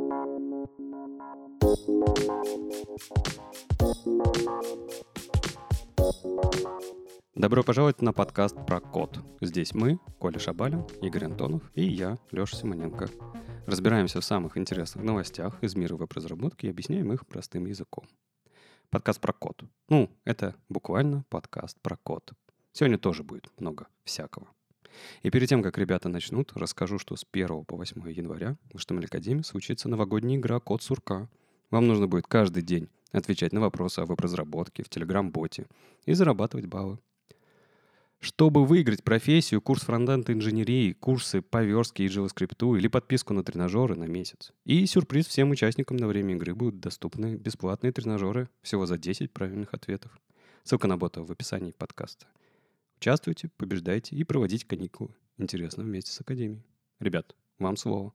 Добро пожаловать на подкаст про код. Здесь мы, Коля Шабалин, Игорь Антонов и я, Леша Симоненко. Разбираемся в самых интересных новостях из мира веб-разработки и объясняем их простым языком. Подкаст про код. Это буквально подкаст про код. Сегодня тоже будет много всякого. И перед тем, как ребята начнут, расскажу, что с 1 по 8 января в HTML Академии случится новогодняя игра «Код сурка». Вам нужно будет каждый день отвечать на вопросы о веб-разработке в Telegram-боте и зарабатывать баллы. Чтобы выиграть профессию, курс фронтенд инженерии, курсы по верстке и JavaScript или подписку на тренажеры на месяц. И сюрприз: всем участникам на время игры будут доступны бесплатные тренажеры всего за 10 правильных ответов. Ссылка на бота в описании подкаста. Участвуйте, побеждайте и проводите каникулы. Интересно вместе с Академией. Ребят, вам слово.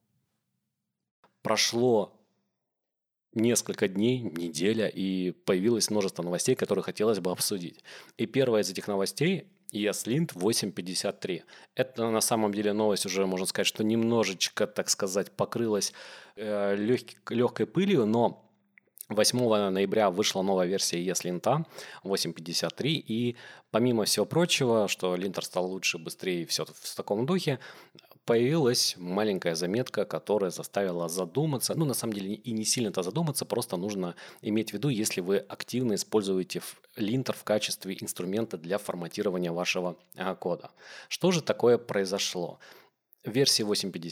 Прошло несколько дней, неделя, и появилось множество новостей, которые хотелось бы обсудить. И первая из этих новостей – ESLint 8.53. Это на самом деле новость уже, можно сказать, что немножечко, так сказать, покрылась легкой пылью, но 8 ноября вышла новая версия ESLint 8.53, и помимо всего прочего, что линтер стал лучше, быстрее и все в таком духе, появилась маленькая заметка, которая заставила задуматься. На самом деле и не сильно-то задуматься, просто нужно иметь в виду, если вы активно используете линтер в качестве инструмента для форматирования вашего кода. Что же такое произошло? В версии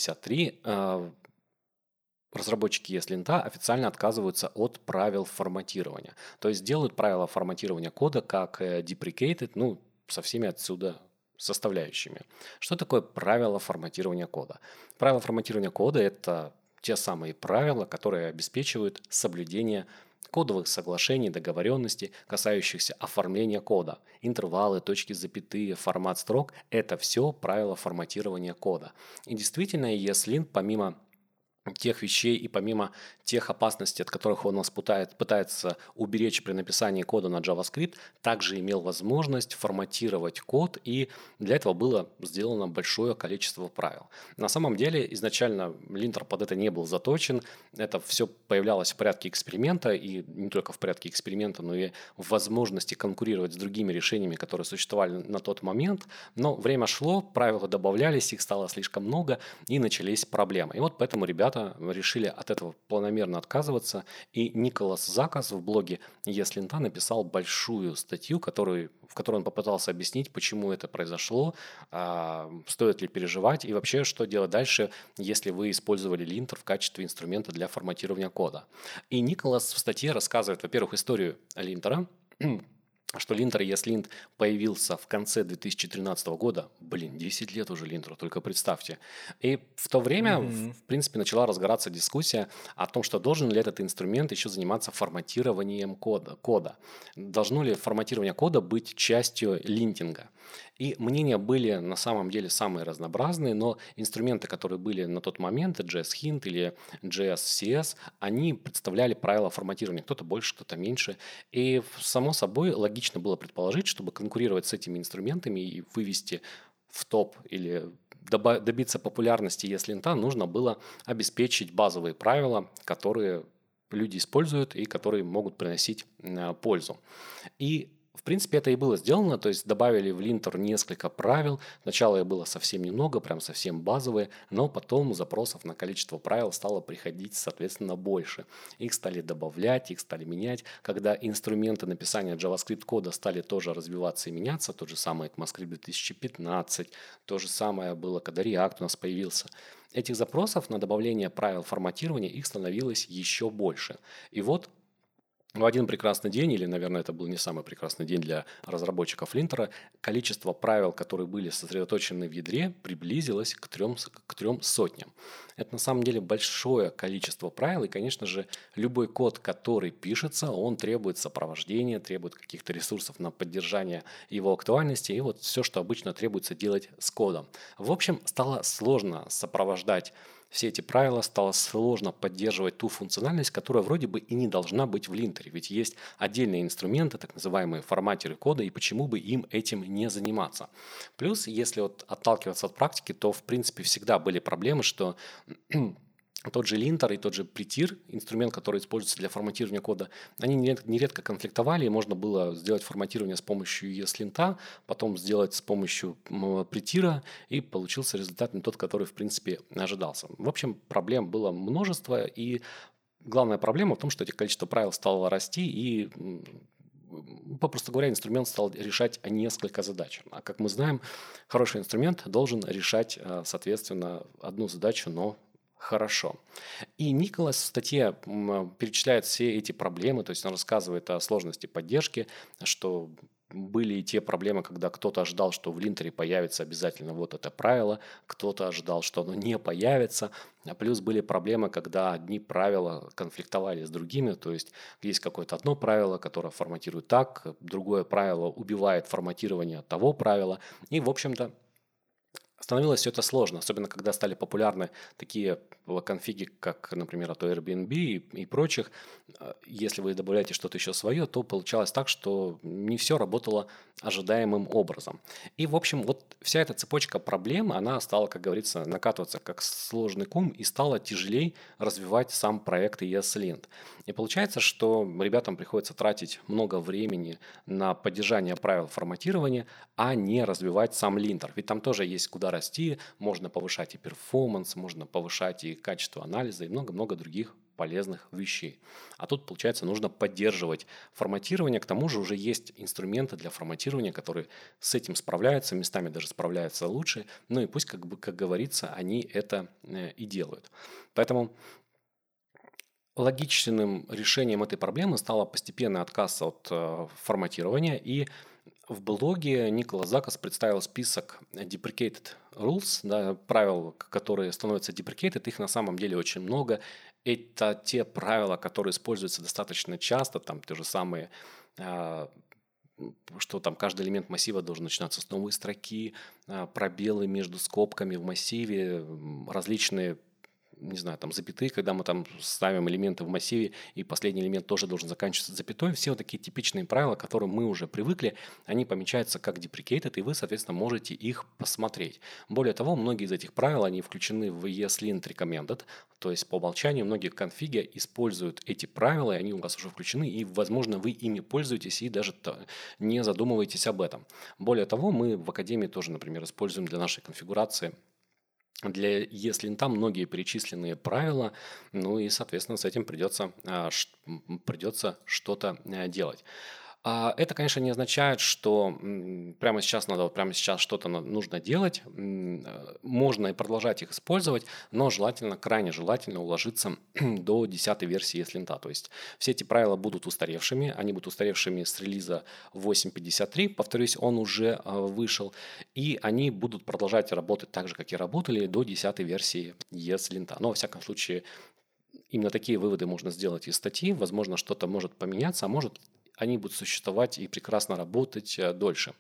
8.53 разработчики ESLint официально отказываются от правил форматирования. То есть делают правила форматирования кода как deprecated, со всеми отсюда составляющими. Что такое правила форматирования кода? Правила форматирования кода – это те самые правила, которые обеспечивают соблюдение кодовых соглашений, договоренностей, касающихся оформления кода. Интервалы, точки, запятые, формат строк – это все правила форматирования кода. И действительно, ESLint, помимо тех вещей и помимо тех опасностей, от которых он нас пытается уберечь при написании кода на JavaScript, также имел возможность форматировать код, и для этого было сделано большое количество правил. На самом деле, изначально линтер под это не был заточен, это все появлялось в порядке эксперимента, и не только в порядке эксперимента, но и в возможности конкурировать с другими решениями, которые существовали на тот момент, но время шло, правила добавлялись, их стало слишком много, и начались проблемы. И вот поэтому ребята решили от этого планомерно отказываться, и Николас Закас в блоге ESLint написал большую статью, в которой он попытался объяснить, почему это произошло, стоит ли переживать и вообще, что делать дальше, если вы использовали линтер в качестве инструмента для форматирования кода. И Николас в статье рассказывает, во-первых, историю линтера, что линтер ESLint появился в конце 2013 года. 10 лет уже линтеру, только представьте. И в то время, в принципе, начала разгораться дискуссия о том, что должен ли этот инструмент еще заниматься форматированием кода. Должно ли форматирование кода быть частью линтинга? И мнения были на самом деле самые разнообразные, но инструменты, которые были на тот момент, JS-Hint или JS-CS, они представляли правила форматирования. Кто-то больше, кто-то меньше. И, само собой, логично было предположить, чтобы конкурировать с этими инструментами и вывести в топ или добиться популярности ESLint, нужно было обеспечить базовые правила, которые люди используют и которые могут приносить пользу. И в принципе, это и было сделано, то есть добавили в линтер несколько правил. Сначала их было совсем немного, прям совсем базовые, но потом запросов на количество правил стало приходить, соответственно, больше. Их стали добавлять, их стали менять. Когда инструменты написания JavaScript кода стали тоже развиваться и меняться, тот же самый ECMAScript 2015, то же самое было, когда React у нас появился. Этих запросов на добавление правил форматирования их становилось еще больше. И вот в один прекрасный день, или, наверное, это был не самый прекрасный день для разработчиков линтера, количество правил, которые были сосредоточены в ядре, приблизилось к 3 сотням. Это на самом деле большое количество правил, и, конечно же, любой код, который пишется, он требует сопровождения, требует каких-то ресурсов на поддержание его актуальности, и вот все, что обычно требуется делать с кодом. В общем, стало сложно сопровождать все эти правила, стало сложно поддерживать ту функциональность, которая вроде бы и не должна быть в линтере. Ведь есть отдельные инструменты, так называемые форматеры кода, и почему бы им этим не заниматься. Плюс, если отталкиваться от практики, то в принципе всегда были проблемы, что тот же линтер и тот же притир, инструмент, который используется для форматирования кода, они нередко конфликтовали, и можно было сделать форматирование с помощью ESLint, потом сделать с помощью притира, и получился результат не тот, который, в принципе, ожидался. В общем, проблем было множество, и главная проблема в том, что количество правил стало расти, и попросту говоря, инструмент стал решать несколько задач. А как мы знаем, хороший инструмент должен решать, соответственно, одну задачу, но хорошо. И Николас в статье перечисляет все эти проблемы, то есть он рассказывает о сложности поддержки, что были и те проблемы, когда кто-то ожидал, что в линтере появится обязательно вот это правило, кто-то ожидал, что оно не появится, а плюс были проблемы, когда одни правила конфликтовали с другими, то есть есть какое-то одно правило, которое форматирует так, другое правило убивает форматирование того правила, и, в общем-то, становилось все это сложно, особенно когда стали популярны такие конфиги, как, например, от Airbnb и прочих. Если вы добавляете что-то еще свое, то получалось так, что не все работало ожидаемым образом. И, в общем, вот вся эта цепочка проблем, она стала, как говорится, накатываться как сложный ком и стало тяжелее развивать сам проект ESLint. И получается, что ребятам приходится тратить много времени на поддержание правил форматирования, а не развивать сам линтер. Ведь там тоже есть куда расти, можно повышать и перформанс, можно повышать и качество анализа, и много-много других полезных вещей. А тут, получается, нужно поддерживать форматирование. К тому же уже есть инструменты для форматирования, которые с этим справляются, местами даже справляются лучше. Ну и пусть, как говорится, они это и делают. Поэтому логичным решением этой проблемы стало постепенный отказ от форматирования. И в блоге Николас Закас представил список deprecated rules, да, правил, которые становятся deprecated. Их на самом деле очень много. Это те правила, которые используются достаточно часто, там те же самые, что там каждый элемент массива должен начинаться с новой строки, пробелы между скобками в массиве, различные, не знаю, там запятые, когда мы там ставим элементы в массиве, и последний элемент тоже должен заканчиваться запятой. Все вот такие типичные правила, к которым мы уже привыкли, они помечаются как deprecated, и вы, соответственно, можете их посмотреть. Более того, многие из этих правил, они включены в ESLint Recommended, то есть по умолчанию многие конфиги используют эти правила, и они у вас уже включены, и, возможно, вы ими пользуетесь и даже не задумываетесь об этом. Более того, мы в Академии тоже, например, используем для нашей конфигурации для ESLint многие перечисленные правила, ну и, соответственно, с этим придется что-то делать. Это, конечно, не означает, что прямо сейчас что-то нужно делать. Можно и продолжать их использовать, но крайне желательно уложиться до 10-й версии ESLint. То есть все эти правила будут устаревшими, они будут устаревшими с релиза 8.53, повторюсь, он уже вышел, и они будут продолжать работать так же, как и работали до 10-й версии ESLint. Но, во всяком случае, именно такие выводы можно сделать из статьи. Возможно, что-то может поменяться, а может они будут существовать и прекрасно работать дольше.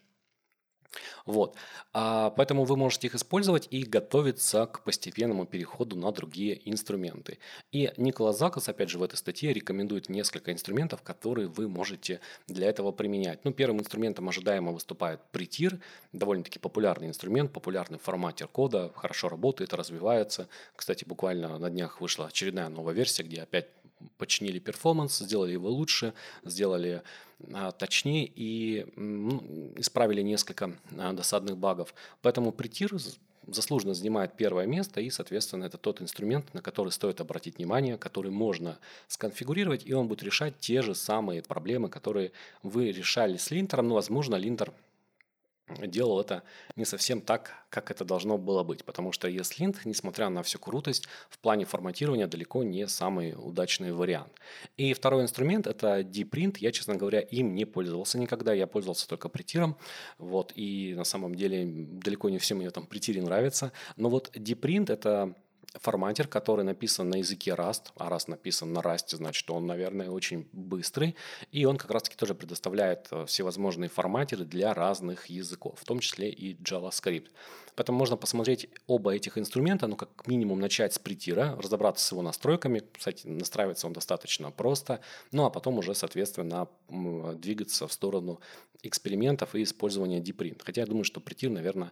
Вот. Поэтому вы можете их использовать и готовиться к постепенному переходу на другие инструменты. И Николас Закас, опять же, в этой статье рекомендует несколько инструментов, которые вы можете для этого применять. Первым инструментом ожидаемо выступает Prettier, довольно-таки популярный инструмент, популярный форматер кода, хорошо работает, развивается. Кстати, буквально на днях вышла очередная новая версия, где опять починили перформанс, сделали его лучше, сделали точнее и исправили несколько досадных багов. Поэтому Prettier заслуженно занимает первое место, и, соответственно, это тот инструмент, на который стоит обратить внимание, который можно сконфигурировать, и он будет решать те же самые проблемы, которые вы решали с линтером, но, возможно, линтер делал это не совсем так, как это должно было быть, потому что ESLint, несмотря на всю крутость, в плане форматирования далеко не самый удачный вариант. И второй инструмент – это dprint. Я, честно говоря, им не пользовался никогда, я пользовался только Prettier. Вот, и на самом деле далеко не всем мне там Prettier нравится. Но вот dprint – это форматер, который написан на языке Rust, а Rust написан на Rust, значит, он, наверное, очень быстрый, и он как раз-таки тоже предоставляет всевозможные форматеры для разных языков, в том числе и JavaScript. Поэтому можно посмотреть оба этих инструмента, как минимум начать с Prettier, разобраться с его настройками, кстати, настраивается он достаточно просто, а потом уже, соответственно, двигаться в сторону экспериментов и использования dprint. Хотя я думаю, что Prettier, наверное,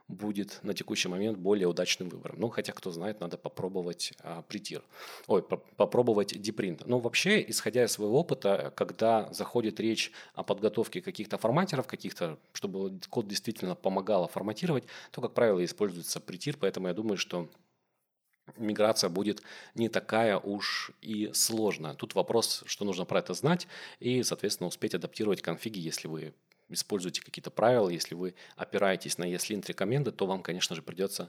будет на текущий момент более удачным выбором. Ну, хотя, кто знает, надо попробовать Prettier. Попробовать Dprint. Но вообще, исходя из своего опыта, когда заходит речь о подготовке каких-то форматеров, чтобы код действительно помогало форматировать, то, как правило, используется Prettier, поэтому я думаю, что миграция будет не такая уж и сложная. Тут вопрос, что нужно про это знать и, соответственно, успеть адаптировать конфиги, если вы используете какие-то правила, если вы опираетесь на ESLint рекоменды, то вам, конечно же, придется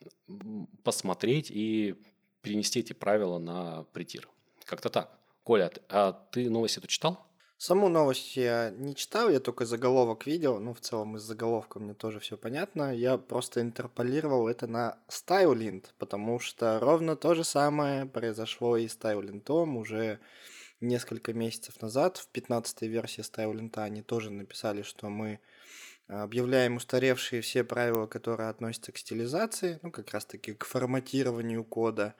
посмотреть и перенести эти правила на Prettier. Как-то так. Коля, а ты новость эту читал? Саму новость я не читал, я только заголовок видел. Ну, в целом, из заголовка мне тоже все понятно. Я просто интерполировал это на StyleLint, потому что ровно то же самое произошло и с StyleLint. Уже несколько месяцев назад, в 15-й версии StyleLint, они тоже написали, что мы объявляем устаревшие все правила, которые относятся к стилизации, ну, как раз-таки к форматированию кода.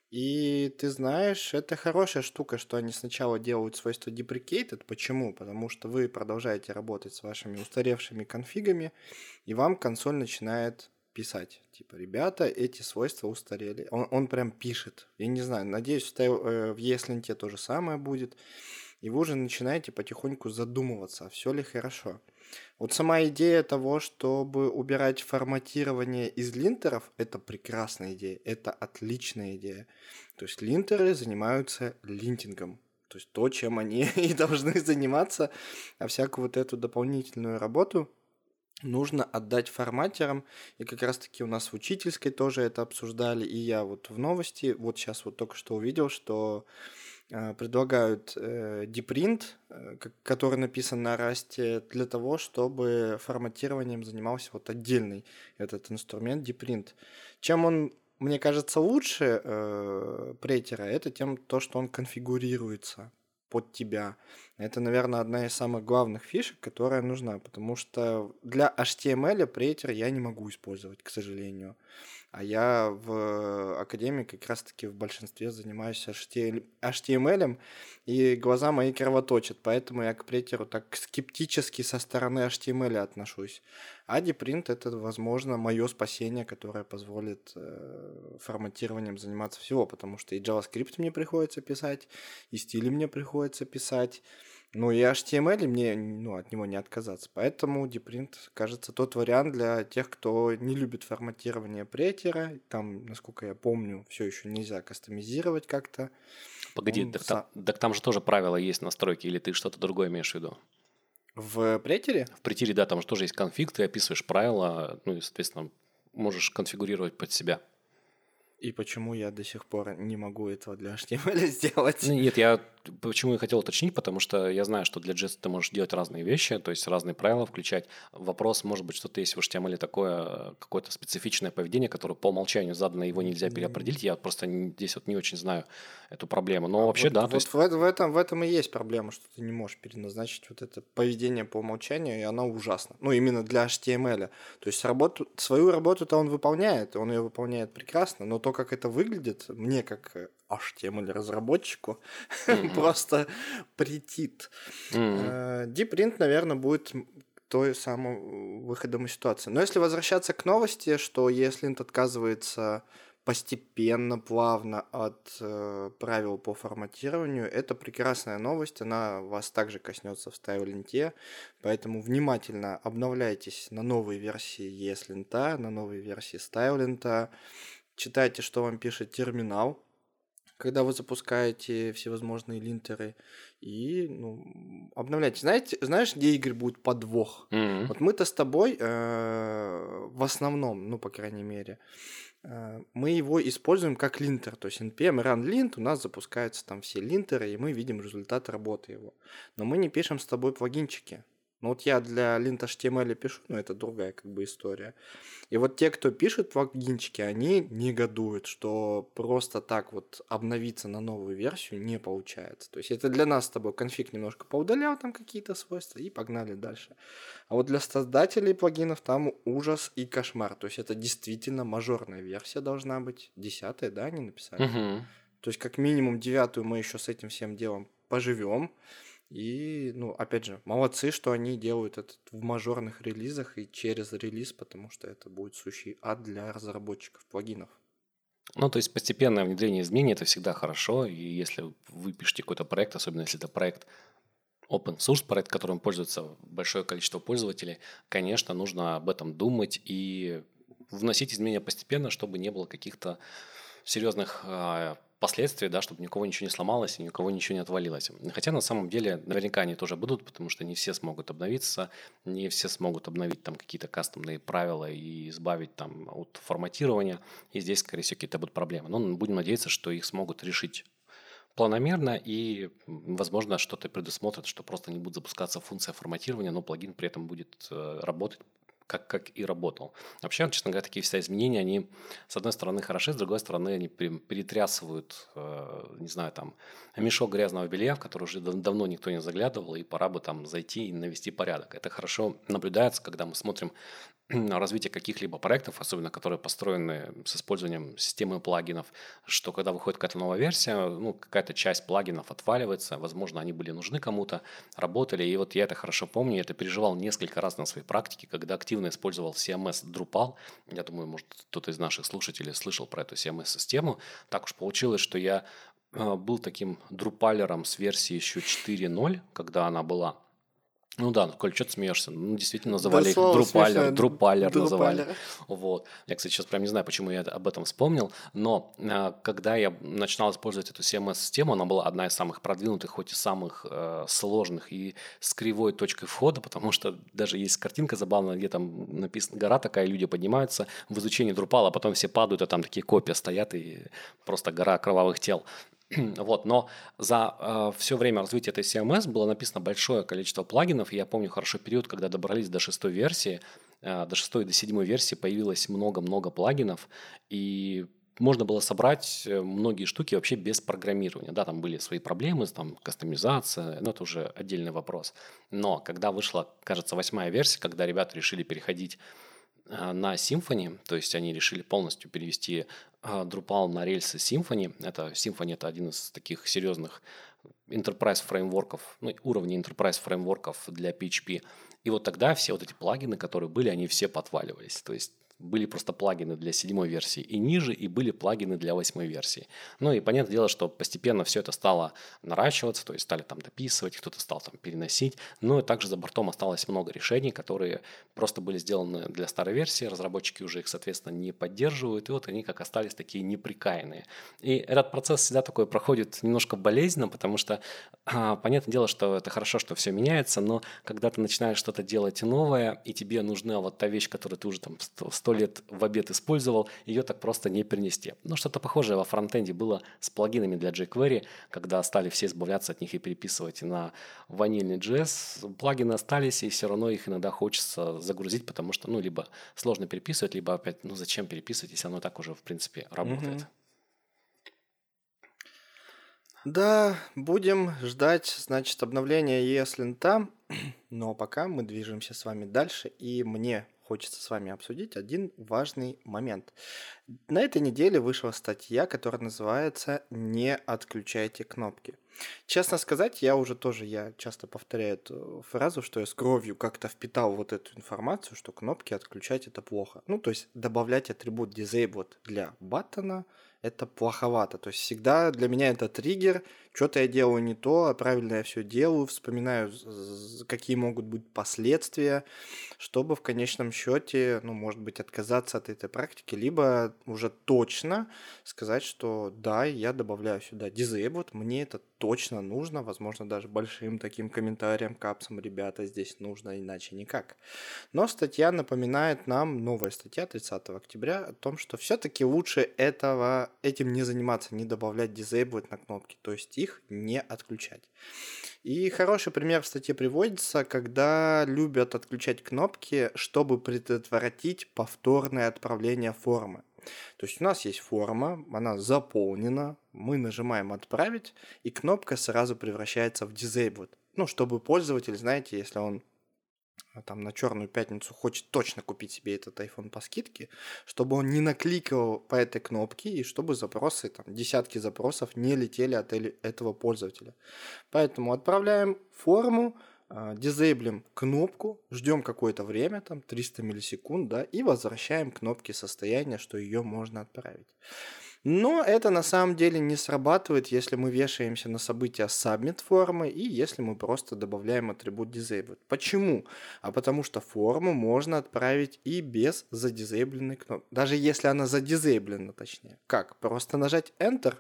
И ты знаешь, это хорошая штука, что они сначала делают свойство deprecated. Почему? Потому что вы продолжаете работать с вашими устаревшими конфигами, и вам консоль начинает писать. Типа, ребята, эти свойства устарели. Он прям пишет. Я не знаю, надеюсь, в ESLint то же самое будет. И вы уже начинаете потихоньку задумываться, все ли хорошо. Вот сама идея того, чтобы убирать форматирование из линтеров, это прекрасная идея, это отличная идея. То есть линтеры занимаются линтингом. То есть то, чем они и должны заниматься, а всякую вот эту дополнительную работу нужно отдать форматерам. И как раз-таки у нас в учительской тоже это обсуждали. И я вот в новости, вот сейчас вот только что увидел, что предлагают Dprint, который написан на Rust, для того, чтобы форматированием занимался вот отдельный этот инструмент Dprint. Чем он, мне кажется, лучше Prettier, это тем, что он конфигурируется под тебя. Это, наверное, одна из самых главных фишек, которая нужна, потому что для HTML Prettier я не могу использовать, к сожалению. А я в академии как раз-таки в большинстве занимаюсь HTML, и глаза мои кровоточат, поэтому я к Prettier так скептически со стороны HTML отношусь. А Dprint — это, возможно, мое спасение, которое позволит форматированием заниматься всего, потому что и JavaScript мне приходится писать, и стили мне приходится писать, ну и HTML мне от него не отказаться. Поэтому Dprint, кажется, тот вариант для тех, кто не любит форматирование Prettier. Там, насколько я помню, все еще нельзя кастомизировать как-то. Погоди, так там же тоже правила есть настройки, или ты что-то другое имеешь в виду? В Prettier? В Prettier, да, там же тоже есть конфиг, ты описываешь правила, ну и, соответственно, можешь конфигурировать под себя. И почему я до сих пор не могу этого для HTML сделать? Нет, почему я хотел уточнить, потому что я знаю, что для JS ты можешь делать разные вещи, то есть разные правила включать. Вопрос, может быть, что-то есть в HTML такое, какое-то специфичное поведение, которое по умолчанию задано, его нельзя переопределить. Я просто здесь вот не очень знаю эту проблему. Но вообще, вот, да. Вот в этом и есть проблема, что ты не можешь переназначить вот это поведение по умолчанию, и оно ужасно. Ну, именно для HTML. То есть свою работу-то он ее выполняет прекрасно, но то, как это выглядит, мне как HTML-разработчику просто претит. Dprint, наверное, будет той самым выходом из ситуации. Но если возвращаться к новости, что ESLint отказывается постепенно, плавно от правил по форматированию, это прекрасная новость, она вас также коснется в StyleLint, поэтому внимательно обновляйтесь на новые версии ESLint, на новые версии StyleLint, читайте, что вам пишет терминал, когда вы запускаете всевозможные линтеры, и обновляйте. Знаешь, где, Игорь, будет подвох? Вот мы-то с тобой в основном, по крайней мере, мы его используем как линтер. То есть npm run lint, у нас запускаются там все линтеры, и мы видим результат работы его. Но мы не пишем с тобой плагинчики. Вот я для lint.html пишу, но это другая история. И вот те, кто пишет плагинчики, они негодуют, что просто так вот обновиться на новую версию не получается. То есть это для нас с тобой конфиг немножко поудалял там какие-то свойства и погнали дальше. А вот для создателей плагинов там ужас и кошмар. То есть это действительно мажорная версия должна быть. 10-я, да, они написали? То есть как минимум 9-ю мы еще с этим всем делом поживем. И, ну, опять же, молодцы, что они делают это в мажорных релизах и через релиз, потому что это будет сущий ад для разработчиков плагинов. Ну, то есть постепенное внедрение изменений – это всегда хорошо, и если вы пишете какой-то проект, особенно если это проект open source, проект, которым пользуется большое количество пользователей, конечно, нужно об этом думать и вносить изменения постепенно, чтобы не было каких-то серьезных последствий, да, чтобы никого ничего не сломалось и никого ничего не отвалилось. Хотя на самом деле наверняка они тоже будут, потому что не все смогут обновиться, не все смогут обновить там какие-то кастомные правила и избавить там от форматирования. И здесь, скорее всего, какие-то будут проблемы. Но будем надеяться, что их смогут решить планомерно и, возможно, что-то предусмотрят, что просто не будет запускаться функция форматирования, но плагин при этом будет работать как и работал. Вообще, честно говоря, такие все изменения, они, с одной стороны, хороши, с другой стороны, они перетрясывают, не знаю, там, мешок грязного белья, в который уже давно никто не заглядывал, и пора бы там зайти и навести порядок. Это хорошо наблюдается, когда мы смотрим развитие каких-либо проектов, особенно которые построены с использованием системы плагинов, что когда выходит какая-то новая версия, ну, какая-то часть плагинов отваливается, возможно, они были нужны кому-то, работали, и вот я это хорошо помню, я это переживал несколько раз на своей практике, когда активно использовал CMS Drupal. Я думаю, может, кто-то из наших слушателей слышал про эту CMS-систему. Так уж получилось, что я был таким друпалером с версии еще 4.0, когда она была. Ну да, Коль, что ты смеешься? Ну, действительно, называли их Друпалер называли. Вот. Я, кстати, сейчас прям не знаю, почему я об этом вспомнил, но когда я начинал использовать эту CMS-систему, она была одна из самых продвинутых, хоть и самых сложных, и с кривой точкой входа, потому что даже есть картинка забавная, где там написано гора такая, люди поднимаются в изучении Drupal, а потом все падают, а там такие копии стоят, и просто гора кровавых тел. Вот, но за все время развития этой CMS было написано большое количество плагинов. И я помню хорошо период, когда добрались до 6-й версии, до 6-й и до 7-й версии появилось много-много плагинов. И можно было собрать многие штуки вообще без программирования. Да, там были свои проблемы, там кастомизация, но это уже отдельный вопрос. Но когда вышла, кажется, 8-я версия, когда ребята решили переходить на Symfony, то есть они решили полностью перевести Drupal на рельсы Symfony. Symfony – это один из таких серьезных enterprise фреймворков, ну, уровней enterprise фреймворков для PHP. И вот тогда все вот эти плагины, которые были, они все подваливались. То есть были просто плагины для 7-й версии и ниже, и были плагины для 8-й версии. Ну и понятное дело, что постепенно все это стало наращиваться, то есть стали там дописывать, кто-то стал там переносить. Но и также за бортом осталось много решений, которые просто были сделаны для старой версии, разработчики уже их, соответственно, не поддерживают, и вот они как остались такие неприкаянные. И этот процесс всегда такой проходит немножко болезненно, потому что понятное дело, что это хорошо, что все меняется, но когда ты начинаешь что-то делать новое, и тебе нужна вот та вещь, которую ты уже там 100 лет в обед использовал, ее так просто не перенести. Ну, что-то похожее во фронтенде было с плагинами для jQuery, когда стали все избавляться от них и переписывать на ванильный JS. Плагины остались, и все равно их иногда хочется загрузить, потому что, ну, либо сложно переписывать, либо опять, ну, зачем переписывать, если оно так уже, в принципе, работает. Да, будем ждать, значит, обновления ESLint. Но пока мы движемся с вами дальше, и мне хочется с вами обсудить один важный момент. На этой неделе вышла статья, которая называется «Не отключайте кнопки». Честно сказать, я часто повторяю эту фразу, что я с кровью как-то впитал вот эту информацию, что кнопки отключать это плохо. Ну, то есть добавлять атрибут disabled для баттона это плоховато. То есть всегда для меня это триггер, что-то я делаю не то, а правильно я все делаю, вспоминаю, какие могут быть последствия, чтобы в конечном счете, ну, может быть, отказаться от этой практики, либо уже точно сказать, что да, я добавляю сюда disabled, мне это точно нужно, возможно, даже большим таким комментарием, капсом, ребята, здесь нужно, иначе никак. Но статья напоминает нам, новая статья 30 октября, о том, что все-таки лучше этим не заниматься, не добавлять disabled на кнопки, то есть их не отключать. И хороший пример в статье приводится, когда любят отключать кнопки, чтобы предотвратить повторное отправление формы. То есть у нас есть форма, она заполнена, мы нажимаем «Отправить», и кнопка сразу превращается в disabled. Ну, чтобы пользователь, знаете, если он там на Черную пятницу хочет точно купить себе этот iPhone по скидке, чтобы он не накликал по этой кнопке и чтобы запросы, там, десятки запросов не летели от этого пользователя. Поэтому отправляем форму, дизейблим кнопку, ждем какое-то время, там 300 миллисекунд, да, и возвращаем кнопке состояние, что ее можно отправить. Но это на самом деле не срабатывает, если мы вешаемся на события submit формы и если мы просто добавляем атрибут disabled. Почему? А потому что форму можно отправить и без задизейбленной кнопки. Даже если она задизейблена, точнее. Как? Просто нажать Enter.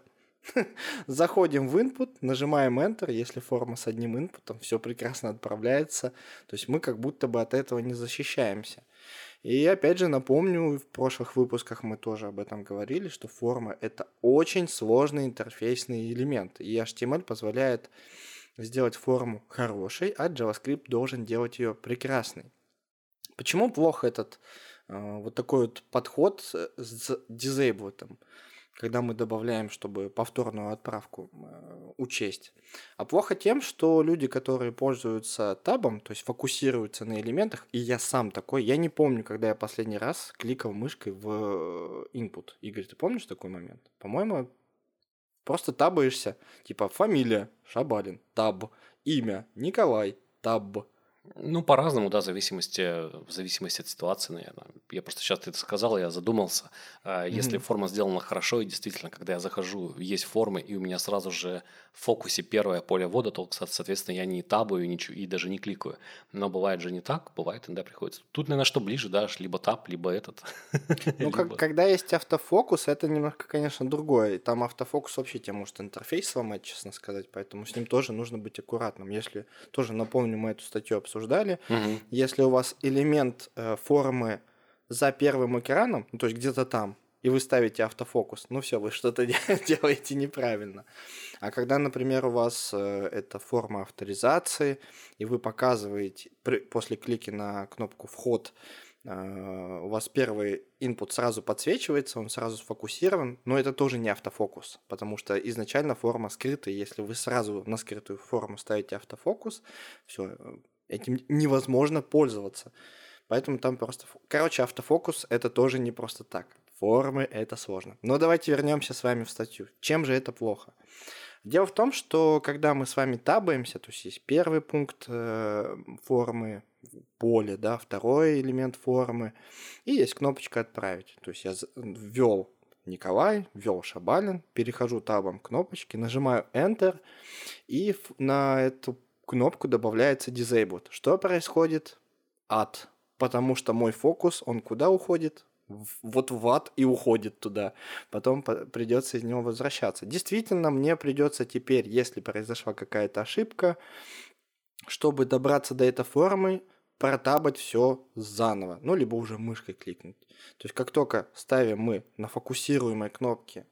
Заходим в input, нажимаем Enter, если форма с одним инпутом, все прекрасно отправляется. То есть мы как будто бы от этого не защищаемся. И опять же напомню, в прошлых выпусках мы тоже об этом говорили, что форма — это очень сложный интерфейсный элемент. И HTML позволяет сделать форму хорошей, а JavaScript должен делать ее прекрасной. Почему плохо этот вот такой вот подход с disabled, когда мы добавляем, чтобы повторную отправку учесть? А плохо тем, что люди, которые пользуются табом, то есть фокусируются на элементах, и я сам такой, я не помню, когда я последний раз кликал мышкой в input. Игорь, ты помнишь такой момент? По-моему, просто табаешься, типа фамилия Шабалин, таб, имя Николай, таб. Ну, по-разному, да, в зависимости от ситуации, наверное. Я просто сейчас ты это сказал, я задумался. Если форма сделана хорошо, и действительно, когда я захожу, есть формы, и у меня сразу же в фокусе первое поле ввода, то, соответственно, я не табаю ничего, и даже не кликаю. Но бывает же не так, бывает, иногда приходится. Тут, наверное, что ближе, да, либо таб, либо этот. Ну, когда есть автофокус, это немножко, конечно, другое. Там автофокус вообще тебе может интерфейс сломать, честно сказать, поэтому с ним тоже нужно быть аккуратным. Если, тоже напомню, мы эту статью обсуждали, если у вас элемент формы за первым экраном, ну, то есть где-то там, и вы ставите автофокус, ну все, вы что-то делаете неправильно. А когда, например, у вас это форма авторизации, и вы показываете после клика на кнопку «Вход», у вас первый input сразу подсвечивается, он сразу сфокусирован, но это тоже не автофокус, потому что изначально форма скрытая. Если вы сразу на скрытую форму ставите автофокус, все, этим невозможно пользоваться. Поэтому там просто... Короче, автофокус это тоже не просто так. Формы это сложно. Но давайте вернемся с вами в статью. Чем же это плохо? Дело в том, что когда мы с вами табаемся, то есть первый пункт формы, поле, да, второй элемент формы, и есть кнопочка «Отправить». То есть я ввел Николай, ввел Шабалин, перехожу табом кнопочки, нажимаю Enter, и на эту кнопку добавляется Disabled. Что происходит? Ад. Потому что мой фокус, он куда уходит? Вот в ад и уходит туда. Потом придется из него возвращаться. Действительно, мне придется теперь, если произошла какая-то ошибка, чтобы добраться до этой формы, протабать все заново. Ну, либо уже мышкой кликнуть. То есть, как только ставим мы на фокусируемой кнопке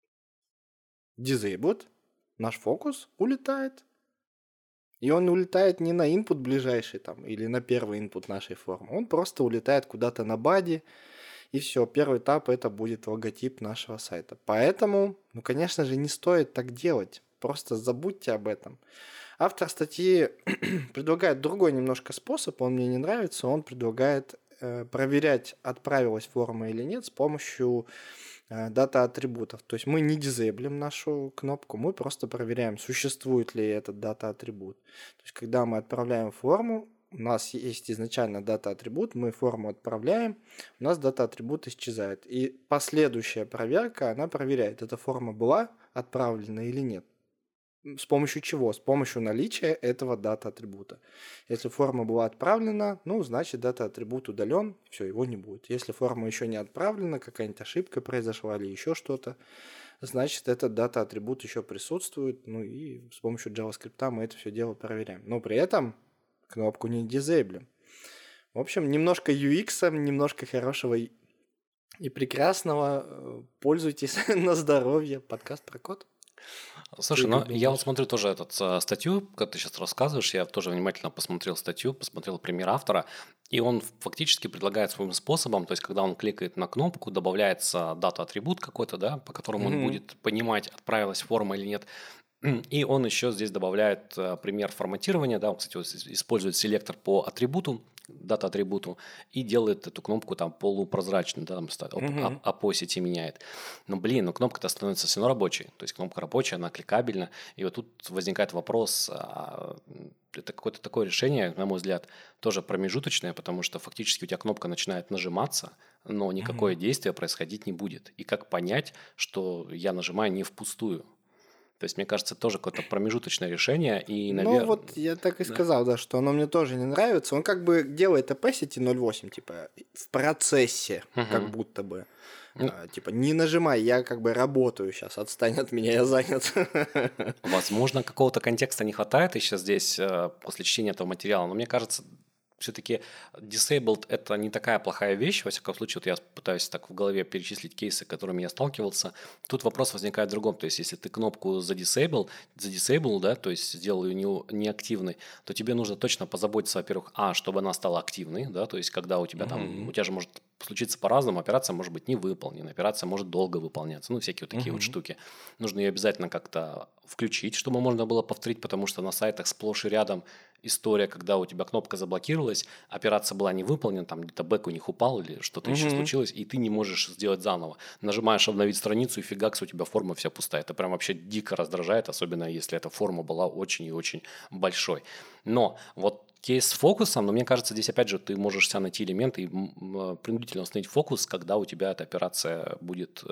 Disabled, наш фокус улетает. И он улетает не на input ближайший там, или на первый input нашей формы. Он просто улетает куда-то на бади. И все, первый этап это будет логотип нашего сайта. Поэтому, ну, конечно же, не стоит так делать. Просто забудьте об этом. Автор статьи предлагает другой немножко способ, он мне не нравится. Он предлагает проверять, отправилась форма или нет с помощью дата-атрибутов. То есть мы не дизейблим нашу кнопку, мы просто проверяем, существует ли этот дата-атрибут. То есть когда мы отправляем форму, у нас есть изначально дата-атрибут, мы форму отправляем, у нас дата-атрибут исчезает. И последующая проверка, она проверяет, эта форма была отправлена или нет. С помощью чего? С помощью наличия этого дата-атрибута. Если форма была отправлена, ну, значит, дата-атрибут удален, все, его не будет. Если форма еще не отправлена, какая-нибудь ошибка произошла или еще что-то, значит, этот дата-атрибут еще присутствует, ну, и с помощью JavaScript мы это все дело проверяем. Но при этом кнопку не дизейблим. В общем, немножко UX, немножко хорошего и прекрасного. Пользуйтесь на здоровье. Подкаст про код. Слушай, ну я вот смотрю тоже эту статью, как ты сейчас рассказываешь, я тоже внимательно посмотрел статью, посмотрел пример автора, и он фактически предлагает своим способом, то есть когда он кликает на кнопку, добавляется дата-атрибут какой-то, да, по которому он будет понимать, отправилась форма или нет. И он еще здесь добавляет пример форматирования. Да, он, кстати, вот использует селектор по атрибуту, дата-атрибуту, и делает эту кнопку там полупрозрачной, да, там opacity меняет. Но, но кнопка-то становится все равно рабочей. То есть кнопка рабочая, она кликабельна. И вот тут возникает вопрос, это какое-то такое решение, на мой взгляд, тоже промежуточное, потому что фактически у тебя кнопка начинает нажиматься, но никакое действие происходить не будет. И как понять, что я нажимаю не впустую? То есть, мне кажется, тоже какое-то промежуточное решение. И, Ну, вот я так и сказал, да, что оно мне тоже не нравится. Он как бы делает opacity 0.8, типа, в процессе, как будто бы. Типа, не нажимай, я как бы работаю сейчас, отстань от меня, я занят. Возможно, какого-то контекста не хватает еще здесь после чтения этого материала, но мне кажется, все-таки disabled – это не такая плохая вещь. Во всяком случае, вот я пытаюсь так в голове перечислить кейсы, с которыми я сталкивался. Тут вопрос возникает в другом. То есть, если ты кнопку задисейбл, да, то есть сделал ее неактивной, то тебе нужно точно позаботиться, во-первых, чтобы она стала активной, да, то есть, когда у тебя там, у тебя же может случиться по-разному, операция может быть не выполнена, операция может долго выполняться, ну, всякие вот такие вот штуки. Нужно ее обязательно как-то включить, чтобы можно было повторить, потому что на сайтах сплошь и рядом история, когда у тебя кнопка заблокировалась, операция была не выполнена, там где-то бэк у них упал или что-то еще случилось, и ты не можешь сделать заново. Нажимаешь обновить страницу, и фигакс, у тебя форма вся пустая. Это прям вообще дико раздражает, особенно если эта форма была очень и очень большой. Но вот кейс с фокусом, но мне кажется, здесь опять же ты можешь себя найти элементы и принудительно установить фокус, когда у тебя эта операция будет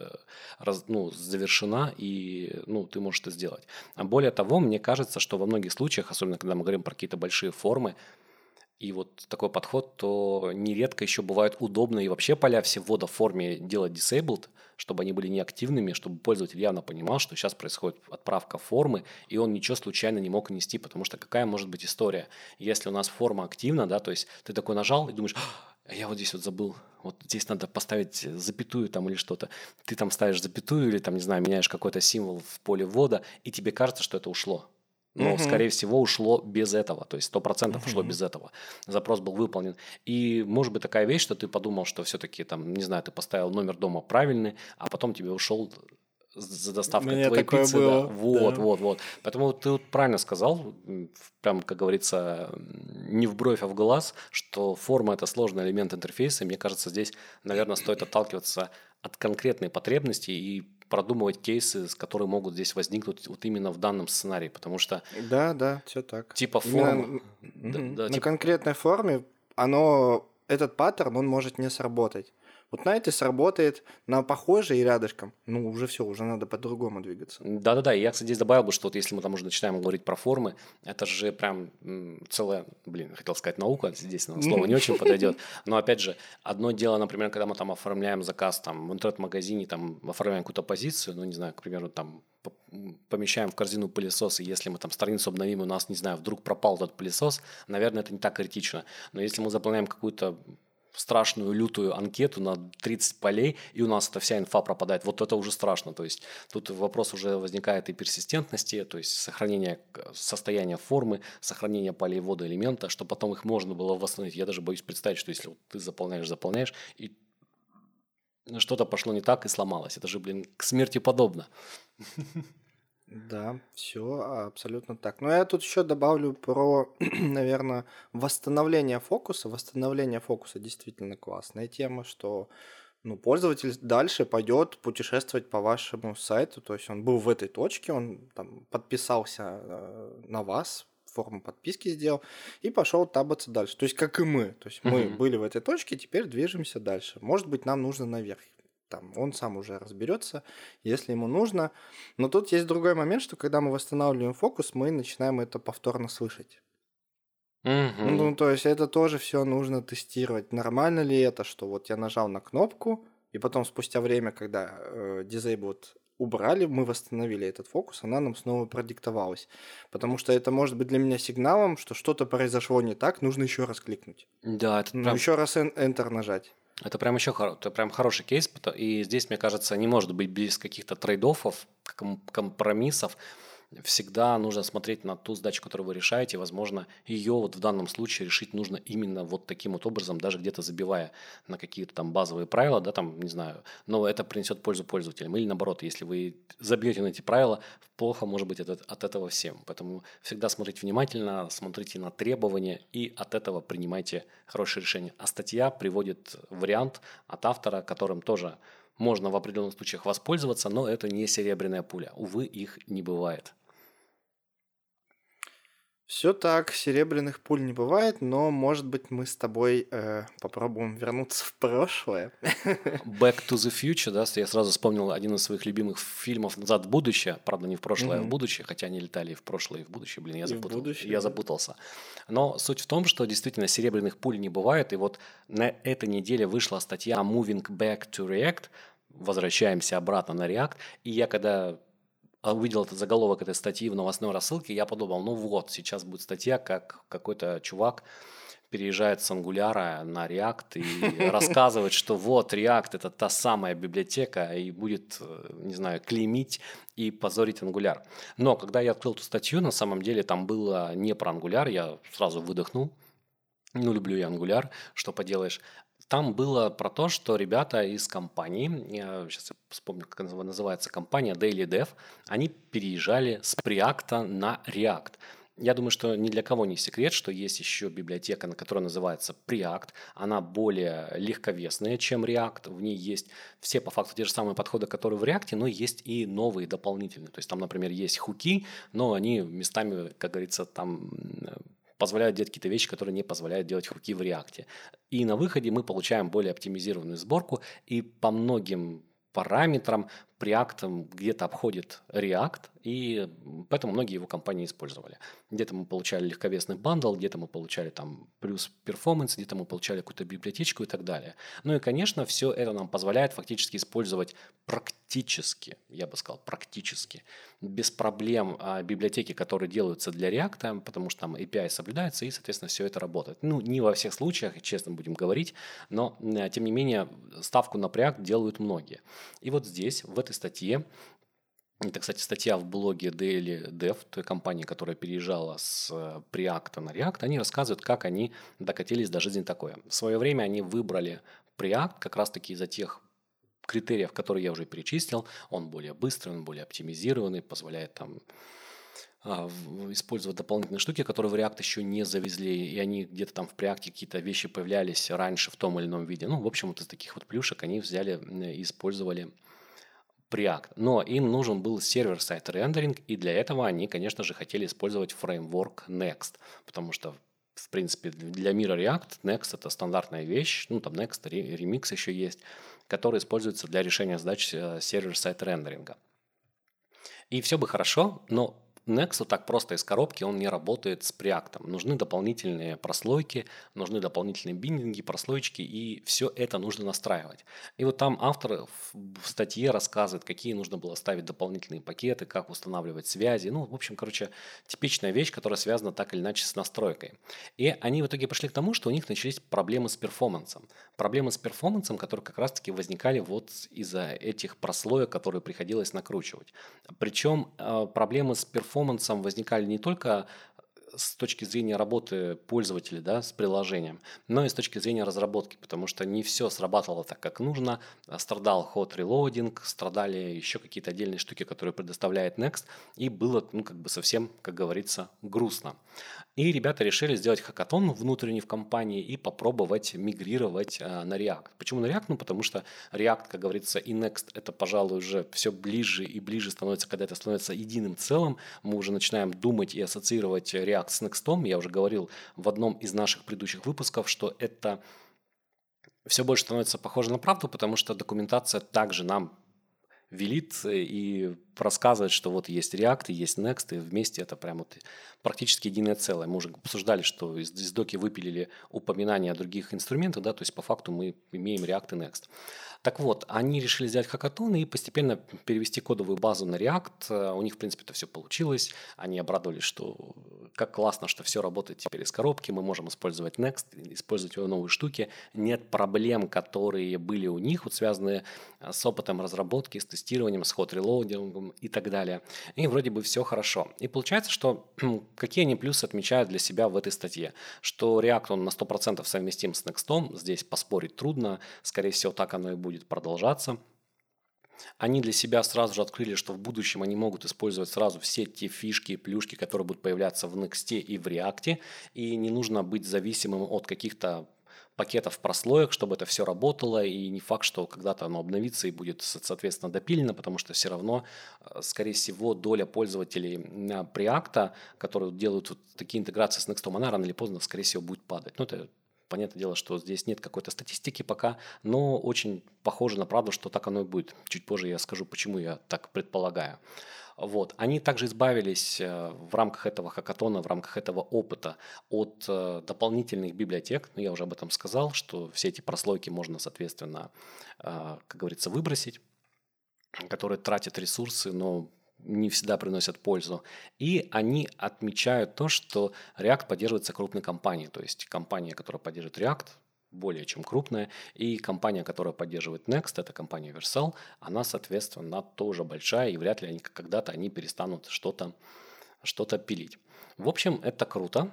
завершена, и ты можешь это сделать. А более того, мне кажется, что во многих случаях, особенно когда мы говорим про какие-то большие формы, и вот такой подход, то нередко еще бывает удобно и вообще поля все ввода в форме делать disabled, чтобы они были неактивными, чтобы пользователь явно понимал, что сейчас происходит отправка формы, и он ничего случайно не мог нести, потому что какая может быть история, если у нас форма активна, да, то есть ты такой нажал и думаешь, я вот здесь вот забыл, вот здесь надо поставить запятую там или что-то, ты там ставишь запятую или там, не знаю, меняешь какой-то символ в поле ввода, и тебе кажется, что это ушло. Но, скорее всего, ушло без этого. То есть 100% ушло без этого. Запрос был выполнен. И может быть такая вещь, что ты подумал, что все-таки там, не знаю, ты поставил номер дома правильный, а потом тебе ушел за доставкой твоей пиццы. Было, да. Вот. Поэтому ты вот правильно сказал, прям, как говорится, не в бровь, а в глаз, что форма – это сложный элемент интерфейса. И мне кажется, здесь, наверное, стоит отталкиваться от конкретной потребности и продумывать кейсы, которые могут здесь возникнуть вот именно в данном сценарии, потому что... Да, все так. Типа форма... На конкретной форме этот паттерн, он может не сработать. Вот на этой сработает, на похожей и рядышком. Уже все, уже надо по-другому двигаться. Да. И я, кстати, здесь добавил бы, что вот если мы там уже начинаем говорить про формы, это же прям целая, хотел сказать наука, здесь слово не очень подойдет. Но опять же, одно дело, например, когда мы там оформляем заказ там в интернет-магазине, там оформляем какую-то позицию, не знаю, к примеру, там помещаем в корзину пылесос, и если мы там страницу обновим, у нас, не знаю, вдруг пропал этот пылесос, наверное, это не так критично. Но если мы заполняем какую-то страшную, лютую анкету на 30 полей, и у нас эта вся инфа пропадает. Вот это уже страшно. То есть тут вопрос уже возникает и персистентности, то есть сохранение состояния формы, сохранение полей ввода элемента, чтобы потом их можно было восстановить. Я даже боюсь представить, что если вот ты заполняешь, и что-то пошло не так и сломалось. Это же, к смерти подобно. Да, все абсолютно так. Но я тут еще добавлю про, наверное, восстановление фокуса. Восстановление фокуса действительно классная тема, что пользователь дальше пойдет путешествовать по вашему сайту. То есть он был в этой точке, он там подписался на вас, форму подписки сделал и пошел табаться дальше. То есть как и мы. То есть мы были в этой точке, теперь движемся дальше. Может быть, нам нужно наверх. Там, он сам уже разберется, если ему нужно. Но тут есть другой момент, что когда мы восстанавливаем фокус, мы начинаем это повторно слышать. То есть это тоже все нужно тестировать. Нормально ли это, что вот я нажал на кнопку, и потом спустя время, когда Disabled убрали, мы восстановили этот фокус, она нам снова продиктовалась. Потому что это может быть для меня сигналом, что что-то произошло не так, нужно еще раз кликнуть. Да, это прям... Еще раз Enter нажать. Это прям хороший кейс, и здесь, мне кажется, не может быть без каких-то трейд-оффов, компромиссов. всегда нужно смотреть на ту задачу, которую вы решаете. Возможно, ее вот в данном случае решить нужно именно вот таким вот образом, даже где-то забивая на какие-то там базовые правила, да, там, не знаю, но это принесет пользу пользователям. Или наоборот, если вы забьете на эти правила, плохо может быть от этого всем. Поэтому всегда смотрите внимательно, смотрите на требования и от этого принимайте хорошее решение. А статья приводит вариант от автора, которым тоже можно в определенных случаях воспользоваться, но это не серебряная пуля. Увы, их не бывает. Все так, серебряных пуль не бывает, но, может быть, мы с тобой попробуем вернуться в прошлое. Back to the Future, да, я сразу вспомнил один из своих любимых фильмов «Назад в будущее», правда, не в прошлое, а в будущее, хотя они летали и в прошлое, и в будущее, блин, я запутался. Но суть в том, что действительно серебряных пуль не бывает, и вот на этой неделе вышла статья «Moving Back to React», возвращаемся обратно на React, и я когда увидел этот заголовок этой статьи в новостной рассылке, я подумал, ну вот, сейчас будет статья, как какой-то чувак переезжает с Angular на React и рассказывает, что вот React — это та самая библиотека, и будет, не знаю, клеймить и позорить Angular. Но когда я открыл эту статью, на самом деле там было не про Angular, я сразу выдохнул. Ну, люблю я Angular, что поделаешь. Там было про то, что ребята из компании, сейчас я вспомню, как называется компания, Daily Dev, они переезжали с Preact на React. Я думаю, что ни для кого не секрет, что есть еще библиотека, которая называется Preact. Она более легковесная, чем React. В ней есть все по факту те же самые подходы, которые в React, но есть и новые дополнительные. То есть там, например, есть хуки, но они местами, как говорится, там позволяют делать какие-то вещи, которые не позволяют делать хуки в React. И на выходе мы получаем более оптимизированную сборку, и по многим параметрам Preact где-то обходит React, и поэтому многие его компании использовали. Где-то мы получали легковесный бандл, где-то мы получали там плюс перформанс, где-то мы получали какую-то библиотечку и так далее. Ну и, конечно, все это нам позволяет фактически использовать практически, я бы сказал, практически, без проблем библиотеки, которые делаются для React, потому что там API соблюдается, и, соответственно, все это работает. Ну, не во всех случаях, честно будем говорить, но, тем не менее, ставку на Preact делают многие. И вот здесь, в этой статье, это, кстати, статья в блоге Daily Dev, той компании, которая переезжала с Preact на React, они рассказывают, как они докатились до жизни такой. В свое время они выбрали Preact как раз-таки из-за тех критериев, которые я уже перечислил. Он более быстрый, он более оптимизированный, позволяет там использовать дополнительные штуки, которые в React еще не завезли, и они где-то там в Preact какие-то вещи появлялись раньше в том или ином виде. Ну, в общем, вот из таких вот плюшек они взяли и использовали Preact. Но им нужен был сервер-сайд рендеринг, и для этого они, конечно же, хотели использовать фреймворк Next, потому что, в принципе, для мира React Next — это стандартная вещь, ну, там Next, Remix еще есть, который используется для решения задач сервер-сайд рендеринга. И все бы хорошо, но Next так просто из коробки он не работает с Preact. Нужны дополнительные прослойки, нужны дополнительные биндинги, прослойки, и все это нужно настраивать. И вот там автор в статье рассказывает, какие нужно было ставить дополнительные пакеты, как устанавливать связи. Ну, в общем, короче, типичная вещь, которая связана так или иначе с настройкой. И они в итоге пришли к тому, что у них начались проблемы с перформансом. Проблемы с перформансом, которые как раз-таки возникали вот из-за этих прослоек, которые приходилось накручивать. Причем проблемы с перформансом возникали не только с точки зрения работы пользователя, да, с приложением, но и с точки зрения разработки, потому что не все срабатывало так, как нужно. Страдал hot reloading, страдали еще какие-то отдельные штуки, которые предоставляет Next, и было, ну, как бы совсем, как говорится, грустно. И ребята решили сделать хакатон внутренний в компании и попробовать мигрировать на React. Почему на React? Ну, потому что React, как говорится, и Next — это, пожалуй, уже все ближе и ближе становится, когда это становится единым целым. Мы уже начинаем думать и ассоциировать React с Next. Я уже говорил в одном из наших предыдущих выпусков, что это все больше становится похоже на правду, потому что документация также нам велит и рассказывает, что вот есть React и есть Next, и вместе это прям вот практически единое целое. Мы уже обсуждали, что из доки выпилили упоминания о других инструментах, да, то есть по факту мы имеем React и Next. Так вот, они решили сделать хакатон и постепенно перевести кодовую базу на React. У них, в принципе, это все получилось. Они обрадовались, что как классно, что все работает теперь из коробки. Мы можем использовать Next, использовать его новые штуки. Нет проблем, которые были у них, вот связанные с опытом разработки, с тестированием, с hot reloading, и так далее. И вроде бы все хорошо. И получается, что какие они плюсы отмечают для себя в этой статье? Что React, он на 100% совместим с Next, здесь поспорить трудно, скорее всего, так оно и будет продолжаться. Они для себя сразу же открыли, что в будущем они могут использовать сразу все те фишки и плюшки, которые будут появляться в Next и в React, и не нужно быть зависимым от каких-то пакетов прослоек, чтобы это все работало, и не факт, что когда-то оно обновится и будет, соответственно, допилено, потому что все равно, скорее всего, доля пользователей Preact, которые делают вот такие интеграции с Next, она рано или поздно, скорее всего, будет падать. Ну, это понятное дело, что здесь нет какой-то статистики пока, но очень похоже на правду, что так оно и будет. Чуть позже я скажу, почему я так предполагаю. Вот. Они также избавились в рамках этого хакатона, в рамках этого опыта от дополнительных библиотек. Ну, я уже об этом сказал, что все эти прослойки можно, соответственно, как говорится, выбросить, которые тратят ресурсы, но не всегда приносят пользу. И они отмечают то, что React поддерживается крупной компанией. То есть компания, которая поддерживает React, более чем крупная, и компания, которая поддерживает Next, это компания Vercel, она, соответственно, тоже большая, и вряд ли они когда-то они перестанут что-то пилить. В общем, это круто.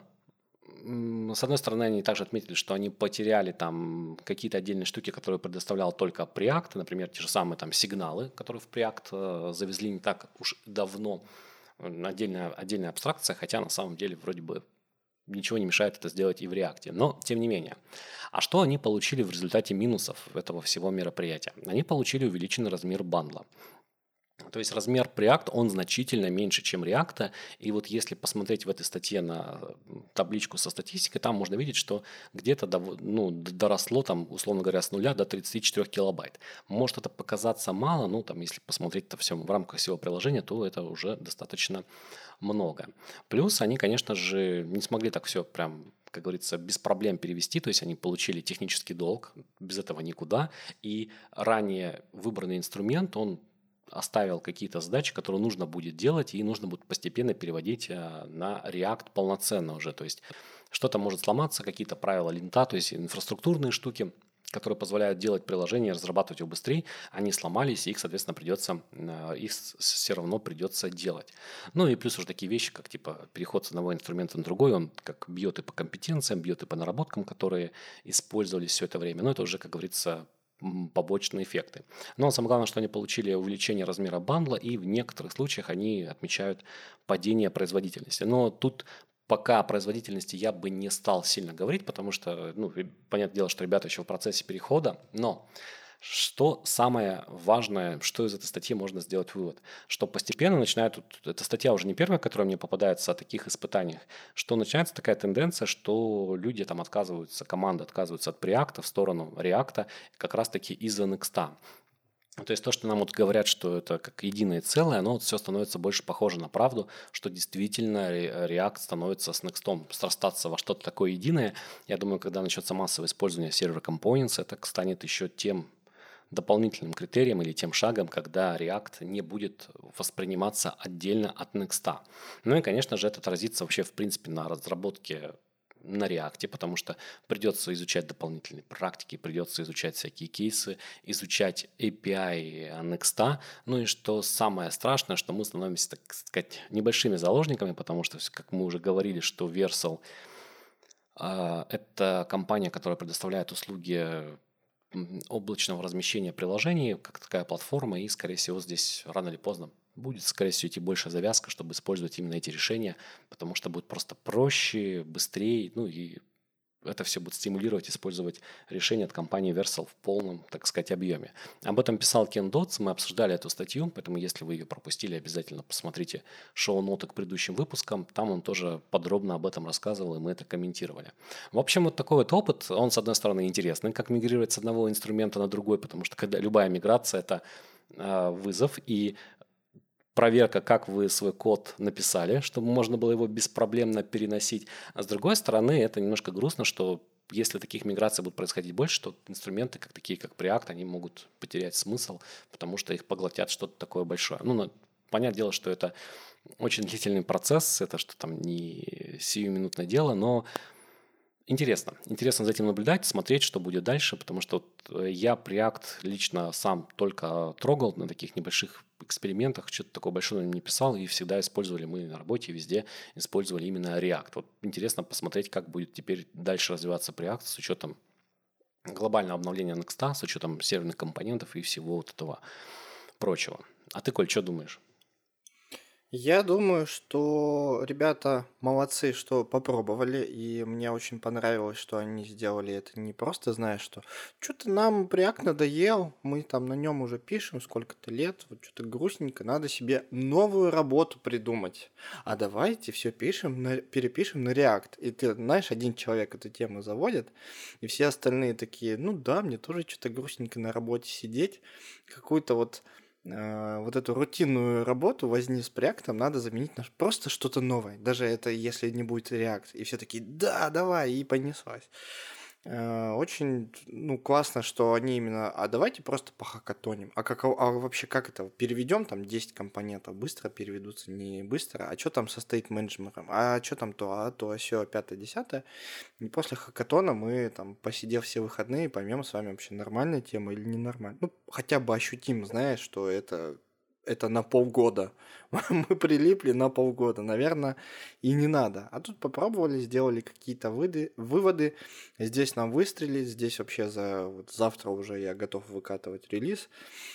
С одной стороны, они также отметили, что они потеряли там какие-то отдельные штуки, которые предоставлял только Preact, например, те же самые там сигналы, которые в Preact завезли не так уж давно, отдельная абстракция, хотя на самом деле вроде бы ничего не мешает это сделать и в React. Но, тем не менее. А что они получили в результате минусов этого всего мероприятия? Они получили увеличенный размер бандла. То есть размер Preact, он значительно меньше, чем React. И вот если посмотреть в этой статье на табличку со статистикой, там можно видеть, что где-то доросло, там, условно говоря, с 0 до 34 килобайт. Может это показаться мало, но там, если посмотреть это все в рамках всего приложения, то это уже достаточно много. Плюс они, конечно же, не смогли так все прям, как говорится, без проблем перевести, то есть они получили технический долг, без этого никуда, и ранее выбранный инструмент, он оставил какие-то задачи, которые нужно будет делать, и нужно будет постепенно переводить на React полноценно уже, то есть что-то может сломаться, какие-то правила линта, то есть инфраструктурные штуки, которые позволяют делать приложение, разрабатывать его быстрее, они сломались, и их, соответственно, их все равно придется делать. Ну и плюс уже такие вещи, как типа переход с одного инструмента на другой, он как бьет и по компетенциям, бьет и по наработкам, которые использовались все это время. Но это уже, как говорится, побочные эффекты. Но самое главное, что они получили увеличение размера бандла, и в некоторых случаях они отмечают падение производительности. Но тут пока о производительности я бы не стал сильно говорить, потому что, понятное дело, что ребята еще в процессе перехода, но что самое важное, что из этой статьи можно сделать вывод? Что постепенно начинает, эта статья уже не первая, которая мне попадается о таких испытаниях, что начинается такая тенденция, что люди там команды отказываются от Preact в сторону React как раз-таки из-за Next. То есть то, что нам вот говорят, что это как единое целое, оно вот все становится больше похоже на правду, что действительно React становится с Next срастаться во что-то такое единое. Я думаю, когда начнется массовое использование сервер Components, это станет еще тем дополнительным критерием или тем шагом, когда React не будет восприниматься отдельно от Next. Ну и, конечно же, это отразится вообще в принципе на разработке на React, потому что придется изучать дополнительные практики, придется изучать всякие кейсы, изучать API Next. Ну и что самое страшное, что мы становимся, так сказать, небольшими заложниками, потому что, как мы уже говорили, что Vercel это компания, которая предоставляет услуги облачного размещения приложений, как такая платформа, и, скорее всего, здесь рано или поздно будет, скорее всего, идти больше завязка, чтобы использовать именно эти решения, потому что будет просто проще, быстрее, и это все будет стимулировать использовать решения от компании Vercel в полном, так сказать, объеме. Об этом писал Кен Дотс, мы обсуждали эту статью, поэтому если вы ее пропустили, обязательно посмотрите шоу-ноты к предыдущим выпускам, там он тоже подробно об этом рассказывал, и мы это комментировали. В общем, вот такой вот опыт, он, с одной стороны, интересный, как мигрировать с одного инструмента на другой, потому что когда любая миграция – это вызов, и проверка, как вы свой код написали, чтобы можно было его беспроблемно переносить. А с другой стороны, это немножко грустно, что если таких миграций будет происходить больше, то инструменты, такие как Preact, они могут потерять смысл, потому что их поглотят что-то такое большое. Понятное дело, что это очень длительный процесс, это что там не сиюминутное дело, но Интересно. Интересно за этим наблюдать, смотреть, что будет дальше, потому что я Preact лично сам только трогал на таких небольших экспериментах, что-то такое большое не писал, и всегда использовали мы на работе, везде использовали именно React. Вот интересно посмотреть, как будет теперь дальше развиваться Preact с учетом глобального обновления Next, с учетом серверных компонентов и всего вот этого прочего. А ты, Коль, что думаешь? Я думаю, что ребята молодцы, что попробовали, и мне очень понравилось, что они сделали это не просто, знаешь, что-то нам Preact надоел, мы там на нем уже пишем сколько-то лет, вот что-то грустненько, надо себе новую работу придумать. А давайте все перепишем на React. И ты знаешь, один человек эту тему заводит, и все остальные такие, ну да, мне тоже что-то грустненько на работе сидеть, какую-то вот эту рутинную работу возни с Preact надо заменить на просто что-то новое. Даже это если не будет React. И все такие, да, давай, и понеслась. Очень, ну, классно, что они именно, а давайте просто похакатоним. А вообще как это? Переведем там 10 компонентов, быстро переведутся, не быстро. А что там со стейт-менеджером? А что там то, сё, пятое, десятое? И после хакатона мы, там, посидев все выходные, поймем с вами вообще нормальная тема или ненормальная. Ну, хотя бы ощутим, знаешь, что это на полгода. Мы прилипли на полгода. Наверное, и не надо. А тут попробовали, сделали какие-то выводы. Здесь нам выстрелили. Здесь вообще вот завтра уже я готов выкатывать релиз.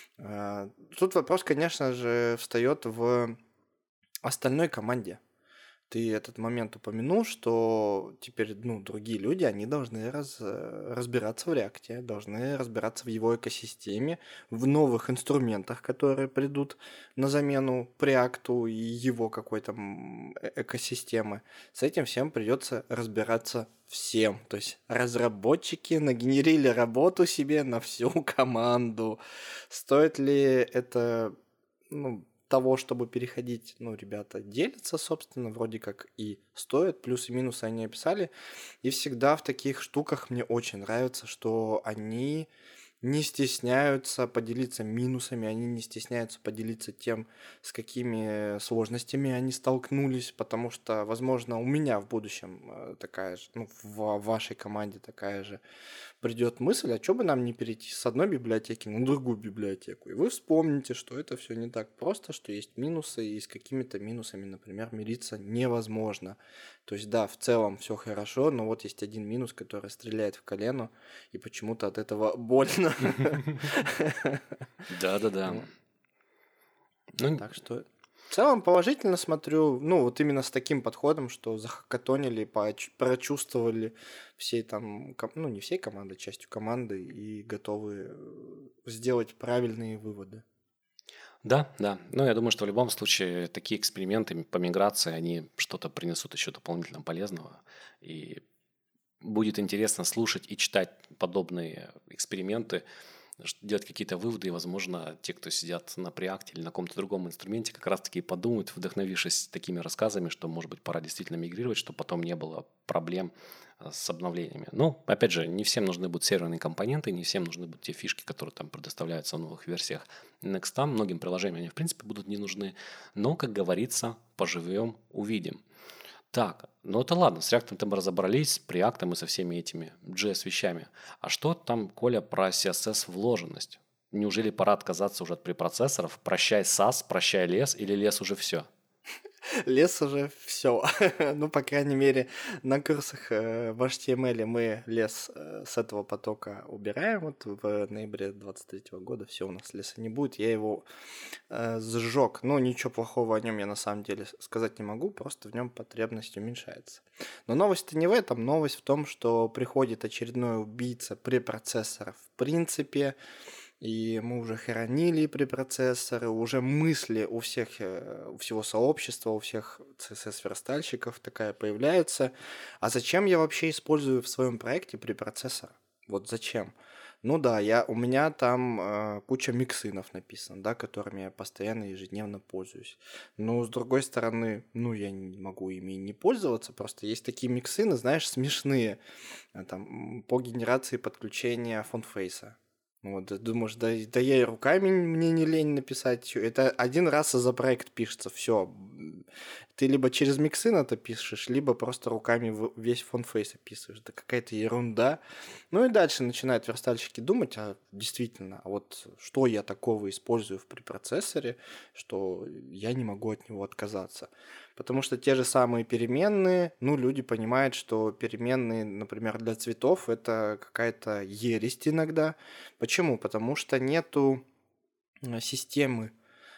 Тут вопрос, конечно же, встает в остальной команде. Ты этот момент упомянул, что теперь, ну, другие люди, они должны разбираться в React, должны разбираться в его экосистеме, в новых инструментах, которые придут на замену Preact и его какой-то экосистемы. С этим всем придется разбираться всем. То есть разработчики нагенерили работу себе на всю команду. Стоит ли это, ну, того, чтобы переходить, ну, ребята делятся, собственно, вроде как и стоит, плюсы и минусы они описали, и всегда в таких штуках мне очень нравится, что они не стесняются поделиться минусами, они не стесняются поделиться тем, с какими сложностями они столкнулись, потому что, возможно, у меня в будущем такая же, ну, в вашей команде такая же придет мысль, а что бы нам не перейти с одной библиотеки на другую библиотеку. И вы вспомните, что это все не так просто, что есть минусы, и с какими-то минусами, например, мириться невозможно. То есть, да, в целом все хорошо, но вот есть один минус, который стреляет в колено, и почему-то от этого больно. Да-да-да. Ну, Так что в целом положительно смотрю, ну, вот именно с таким подходом, что захакатонили, прочувствовали всей там, ну, не всей команды, частью команды, и готовы сделать правильные выводы. да, да. Ну, я думаю, что в любом случае такие эксперименты по миграции, они что-то принесут еще дополнительно полезного. И будет интересно слушать и читать подобные эксперименты, делать какие-то выводы, и, возможно, те, кто сидят на Preact или на каком-то другом инструменте, как раз-таки подумают, вдохновившись такими рассказами, что, может быть, пора действительно мигрировать, чтобы потом не было проблем с обновлениями. Но, опять же, не всем нужны будут серверные компоненты, не всем нужны будут те фишки, которые там предоставляются в новых версиях Next. Многим приложениям они, в принципе, будут не нужны. Но, как говорится, поживем, увидим. Так, ну это ладно, с React мы разобрались, с Preact и со всеми этими JS-вещами. А что там, Коля, про CSS вложенность? Неужели пора отказаться уже от препроцессоров? Прощай SAS, прощай лес, или лес уже все? Лес уже все. Ну, по крайней мере, на курсах в HTML мы лес с этого потока убираем. Вот в ноябре 23 года все, у нас леса не будет. Я его сжег. Но ничего плохого о нем я на самом деле сказать не могу, просто в нем потребность уменьшается. Но новость-то не в этом. Новость в том, что приходит очередной убийца препроцессоров в принципе. И мы уже хоронили препроцессоры, уже мысли у всех, у всего сообщества, у всех CSS-верстальщиков такая появляется. А зачем я вообще использую в своем проекте препроцессор? Вот зачем? Ну да, у меня там куча миксинов написано, да, которыми я постоянно ежедневно пользуюсь. Но с другой стороны, ну я не могу ими не пользоваться, просто есть такие миксины, знаешь, смешные, там, по генерации подключения фонтфейса. Вот, ты думаешь, да я и руками мне не лень написать. Это один раз за проект пишется, все. Ты либо через миксы это пишешь, либо просто руками весь фон-фейс описываешь. Да какая-то ерунда. Ну и дальше начинают верстальщики думать, а действительно, а вот что я такого использую в препроцессоре, что я не могу от него отказаться. Потому что те же самые переменные, ну, люди понимают, что переменные, например, для цветов, это какая-то ересь иногда. Почему? Потому что нету системы,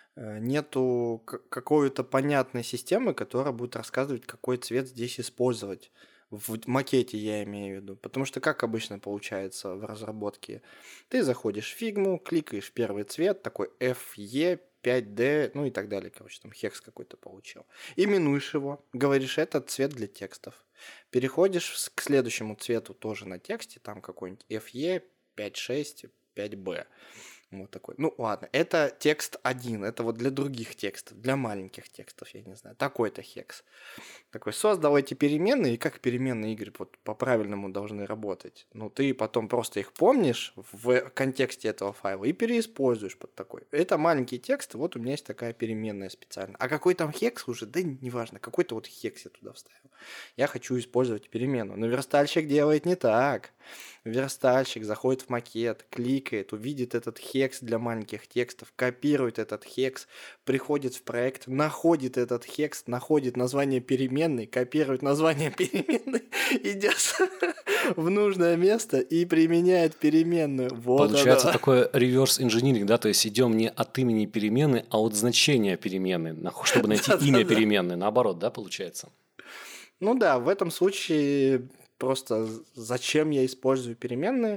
нету какой-то понятной системы, которая будет рассказывать, какой цвет здесь использовать. В макете я имею в виду. Потому что как обычно получается в разработке? Ты заходишь в фигму, кликаешь первый цвет, такой FE, 5D, ну и так далее. Короче, там хекс какой-то получил. Именуешь его, говоришь, этот цвет для текстов. Переходишь к следующему цвету тоже на тексте, там какой-нибудь FE, 5.6, 5B. Вот такой. Ну ладно, это текст один, это вот для других текстов, для маленьких текстов, я не знаю. Такой-то хекс. Такой, создал эти переменные, и как переменные, Игорь, вот по-правильному должны работать. Ну, ты потом просто их помнишь в контексте этого файла и переиспользуешь под такой. Это маленький текст, вот у меня есть такая переменная специально. А какой там хекс уже, да неважно, какой-то вот хекс я туда вставил. Я хочу использовать переменную. Но верстальщик делает не так. Верстальщик заходит в макет, кликает, увидит этот хекс для маленьких текстов, копирует этот хекс, приходит в проект, находит этот хекс, находит название переменной, копирует название переменной, идет в нужное место и применяет переменную. Вот Получается оно. такой реверс-инжиниринг, да, то есть идем не от имени переменной, а от значения переменной, чтобы найти имя переменной, наоборот, да, получается? Ну да, в этом случае просто зачем я использую переменные,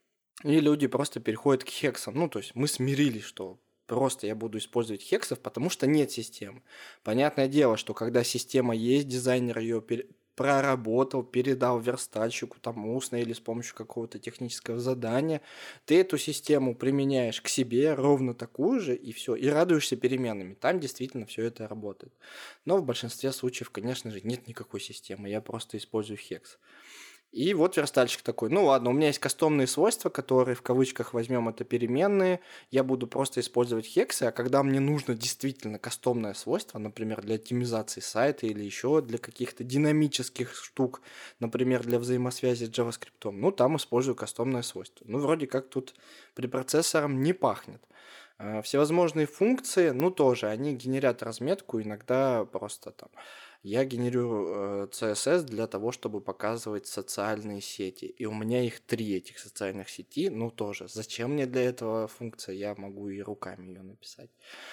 и люди просто переходят к хексам. Ну, то есть мы смирились, что просто я буду использовать хексов, потому что нет системы. Понятное дело, что когда система есть, дизайнер ее проработал, передал верстальщику, там устно или с помощью какого-то технического задания, ты эту систему применяешь к себе ровно такую же, и все, и радуешься переменами. Там действительно все это работает. Но в большинстве случаев, конечно же, нет никакой системы, я просто использую хекс. И вот верстальщик такой, ну ладно, у меня есть кастомные свойства, которые в кавычках возьмем это переменные, я буду просто использовать хексы, а когда мне нужно действительно кастомное свойство, например, для оптимизации сайта или еще для каких-то динамических штук, например, для взаимосвязи с JavaScript, ну там использую кастомное свойство. Ну вроде как тут препроцессором не пахнет. Всевозможные функции, ну тоже, они генерят разметку, иногда просто там я генерирую CSS для того, чтобы показывать социальные сети. И у меня их 3 этих социальных сети. Ну тоже. Зачем мне для этого функция? Я могу и руками ее написать.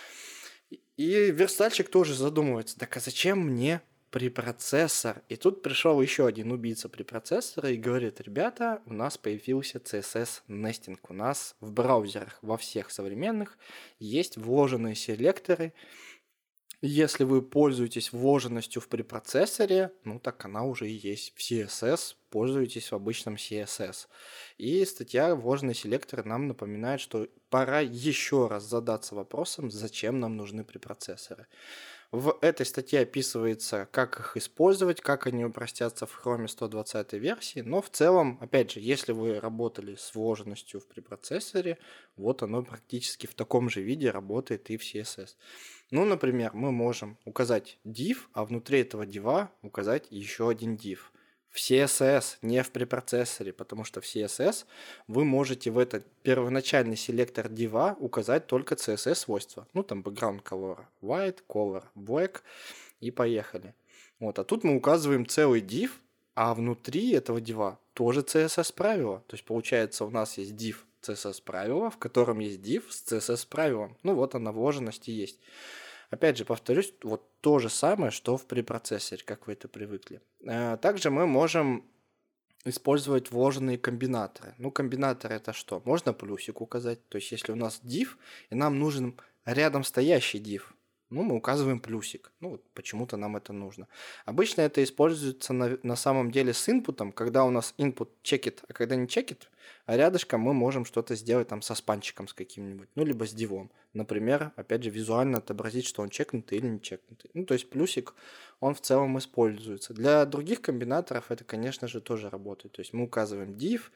И верстальщик тоже задумывается. Так а зачем мне препроцессор? И тут пришел еще один убийца препроцессора и говорит: ребята, у нас появился CSS-нестинг. У нас в браузерах во всех современных есть вложенные селекторы. Если вы пользуетесь вложенностью в препроцессоре, ну так она уже и есть в CSS, пользуетесь в обычном CSS. И статья «Вложенные селекторы» нам напоминает, что пора еще раз задаться вопросом, зачем нам нужны препроцессоры. В этой статье описывается, как их использовать, как они упростятся в Chrome 120 версии, но в целом, опять же, если вы работали с вложенностью в препроцессоре, вот оно практически в таком же виде работает и в CSS. Ну, например, мы можем указать div, а внутри этого div указать еще один div. В CSS, не в препроцессоре, потому что в CSS вы можете в этот первоначальный селектор div указать только CSS-свойства. Ну, там background color white, color black и поехали. Вот, а тут мы указываем целый div, а внутри этого div тоже CSS-правило. То есть, получается, у нас есть div CSS-правило, в котором есть div с CSS-правилом. Ну, вот она, вложенность и есть. Опять же, повторюсь, вот то же самое, что в препроцессоре, как вы это привыкли. Также мы можем использовать вложенные комбинаторы. Ну, комбинаторы это что? Можно плюсик указать. То есть, если у нас div, и нам нужен рядом стоящий div, ну, мы указываем плюсик. Ну, вот почему-то нам это нужно. Обычно это используется на самом деле с инпутом, когда у нас input чекит, а когда не чекит, а рядышком мы можем что-то сделать там со спанчиком с каким-нибудь, ну, либо с дивом. Например, опять же, визуально отобразить, что он чекнутый или не чекнутый. Ну, то есть плюсик, он в целом используется. Для других комбинаторов это, конечно же, тоже работает. То есть мы указываем div,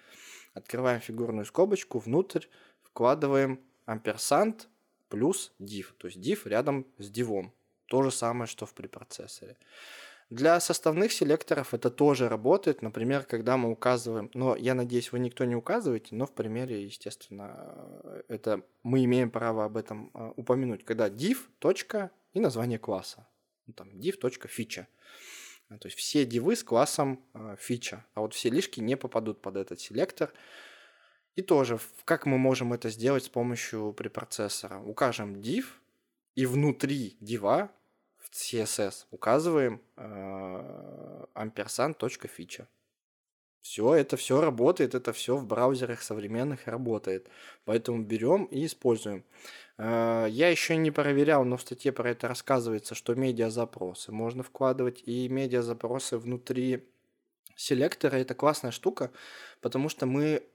Открываем фигурную скобочку, внутрь вкладываем амперсанд плюс div. То есть div рядом с div'ом. То же самое, что в препроцессоре. Для составных селекторов это тоже работает. Например, когда мы указываем, но я надеюсь, вы никто не указываете, но в примере, естественно, это мы имеем право об этом упомянуть. Когда div, точка и название класса. Там div.feature. То есть все дивы с классом feature. А вот все лишки не попадут под этот селектор. И тоже, как мы можем это сделать с помощью препроцессора? Укажем div, и внутри дива в CSS указываем ampersand.feature. Все работает, это все в браузерах современных работает. Поэтому берем и используем. Я еще не проверял, но в статье про это рассказывается, что медиазапросы можно вкладывать, и медиазапросы внутри селектора – это классная штука, потому что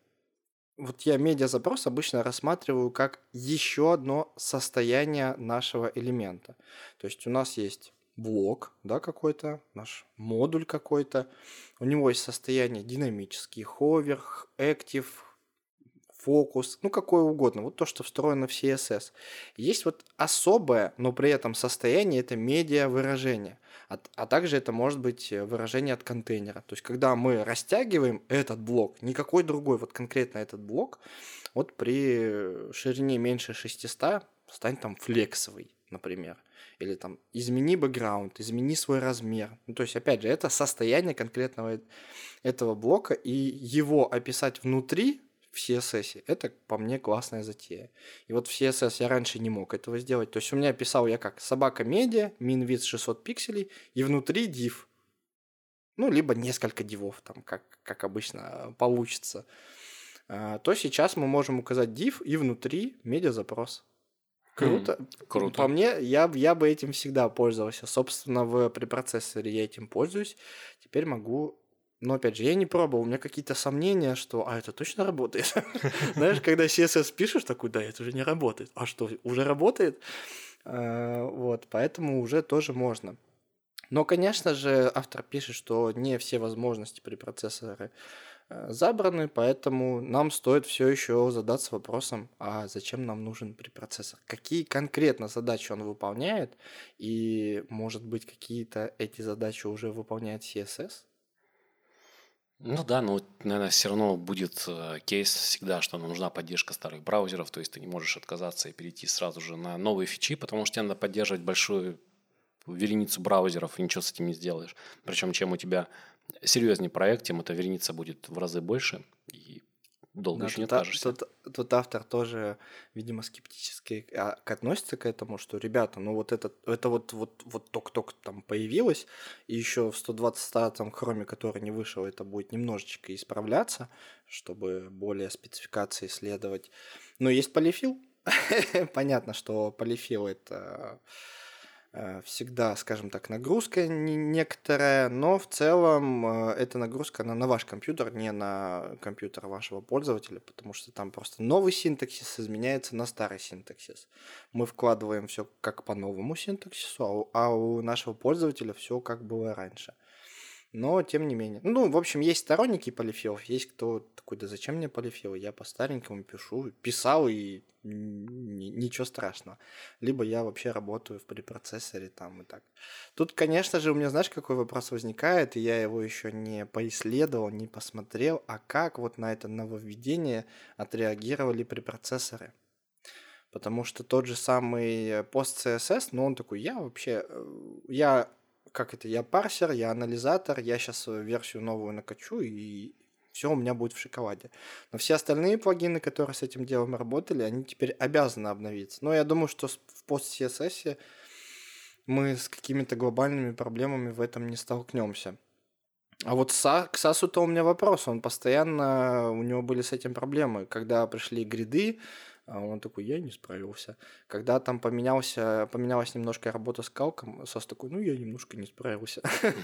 я медиазапрос обычно рассматриваю как еще одно состояние нашего элемента. То есть у нас есть блок, да, какой-то, наш модуль какой-то. У него есть состояние динамический, hover, active, фокус, какое угодно. Вот то, что встроено в CSS. Есть вот особое, но при этом состояние – это медиа-выражение. А также это может быть выражение от контейнера. То есть, когда мы растягиваем этот блок, никакой другой, вот конкретно этот блок, вот при ширине меньше 600 стань там флексовый, например. Или там измени бэкграунд, измени свой размер. То есть, опять же, это состояние конкретного этого блока, и его описать внутри в CSS, это по мне классная затея. И вот в CSS я раньше не мог этого сделать. То есть у меня писал я как собака медиа, min-width 600 пикселей, и внутри div. Либо несколько дивов, там, как обычно получится. То сейчас мы можем указать div и внутри медиазапрос. Круто. Круто. По мне, я бы этим всегда пользовался. Собственно, в препроцессоре я этим пользуюсь. Теперь могу... Но опять же, я не пробовал, у меня какие-то сомнения, что это точно работает. Знаешь, когда CSS пишешь, такой, да, это уже не работает. А что, уже работает? Вот, поэтому уже тоже можно. Но, конечно же, автор пишет, что не все возможности препроцессора забраны, поэтому нам стоит все еще задаться вопросом, а зачем нам нужен препроцессор? Какие конкретно задачи он выполняет? И, может быть, какие-то эти задачи уже выполняет CSS? Наверное, все равно будет кейс всегда, что нам нужна поддержка старых браузеров, то есть ты не можешь отказаться и перейти сразу же на новые фичи, потому что тебе надо поддерживать большую вереницу браузеров, и ничего с этим не сделаешь. Причем, чем у тебя серьезнее проект, тем эта вереница будет в разы больше, и долго еще не откажешься. Тут автор тоже, видимо, скептически относится к этому, что, ребята, это вот только-только там появилось, и еще в 120-м хроме, который не вышел, это будет немножечко исправляться, чтобы более спецификации исследовать. Но есть полифил. Понятно, что полифил это... всегда, скажем так, нагрузка некоторая, но в целом эта нагрузка она на ваш компьютер, не на компьютер вашего пользователя, потому что там просто новый синтаксис изменяется на старый синтаксис. Мы вкладываем все как по новому синтаксису, а у нашего пользователя все как было раньше. Но, тем не менее. В общем, есть сторонники полифилов, есть кто такой, да зачем мне полифилы? Я по-старенькому писал, и ничего страшного. Либо я вообще работаю в препроцессоре там и так. Тут, конечно же, у меня, знаешь, какой вопрос возникает, и я его еще не поисследовал, не посмотрел, а как вот на это нововведение отреагировали препроцессоры? Потому что тот же самый PostCSS, он такой, я парсер, я анализатор, я сейчас версию новую накачу, и все у меня будет в шоколаде. Но все остальные плагины, которые с этим делом работали, они теперь обязаны обновиться. Но я думаю, что в пост-CSS мы с какими-то глобальными проблемами в этом не столкнемся. А вот к САСу-то у меня вопрос. У него были с этим проблемы. Когда пришли гриды, он такой, я не справился. Когда там поменялась немножко работа с калком, САС такой, я немножко не справился.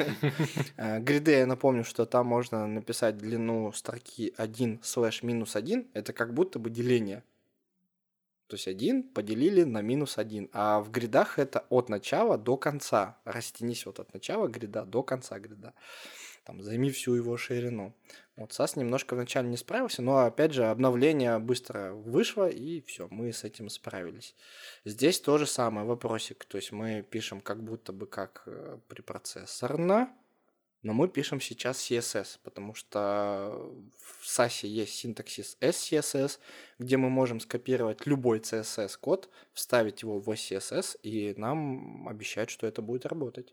Гриды, я напомню, что там можно написать длину строки 1/-1. Это как будто бы деление. То есть 1 поделили на -1. А в гридах это от начала до конца. Растянись от начала грида до конца грида. там, займи всю его ширину. Вот SAS немножко вначале не справился, но опять же обновление быстро вышло, и все, мы с этим справились. Здесь то же самое, вопросик. То есть мы пишем как будто бы как препроцессорно, но мы пишем сейчас CSS, потому что в SAS есть синтаксис SCSS, где мы можем скопировать любой CSS-код, вставить его в CSS, и нам обещают, что это будет работать.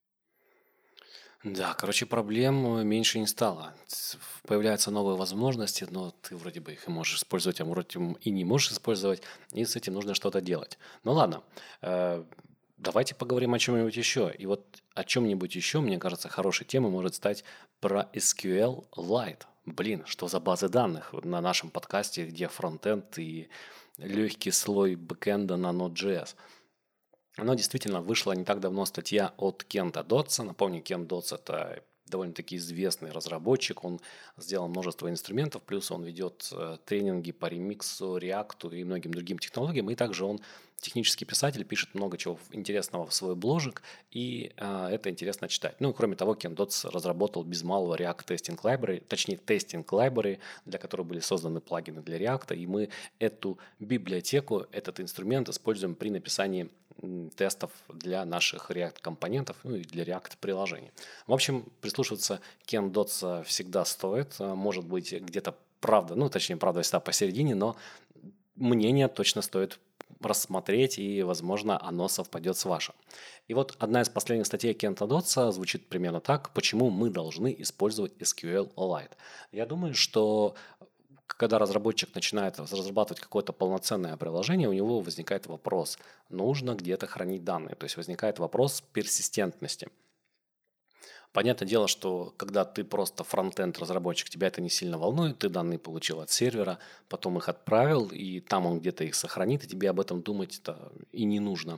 Да, короче, проблем меньше не стало. Появляются новые возможности, но ты вроде бы их и можешь использовать, а вроде и не можешь использовать, и с этим нужно что-то делать. Ну ладно, давайте поговорим о чем-нибудь еще. И вот о чем-нибудь еще, мне кажется, хорошей темой может стать про SQLite. Блин, что за базы данных на нашем подкасте, где фронтенд и легкий слой бэкэнда на Node.js. Оно действительно вышло не так давно статья от Кента Дотса. Напомню, Кент Дотс – это довольно-таки известный разработчик. Он сделал множество инструментов, плюс он ведет тренинги по ремиксу, реакту и многим другим технологиям. И также он технический писатель, пишет много чего интересного в свой бложик, и это интересно читать. Ну и кроме того, Кент Дотс разработал без малого React Testing Library, точнее Testing Library, для которой были созданы плагины для React, и мы эту библиотеку, этот инструмент используем при написании тестов для наших React-компонентов, ну и для React-приложений. В общем, прислушиваться к Кент Дотса всегда стоит. Может быть, где-то правда, ну, точнее, правда всегда посередине, но мнение точно стоит рассмотреть, и, возможно, оно совпадет с вашим. И вот одна из последних статей Кента Дотса звучит примерно так: почему мы должны использовать SQLite. Я думаю, что когда разработчик начинает разрабатывать какое-то полноценное приложение, у него возникает вопрос: нужно где-то хранить данные. То есть возникает вопрос персистентности. Понятное дело, что когда ты просто фронтенд разработчик, тебя это не сильно волнует, ты данные получил от сервера, потом их отправил, и там он где-то их сохранит, и тебе об этом думать-то и не нужно.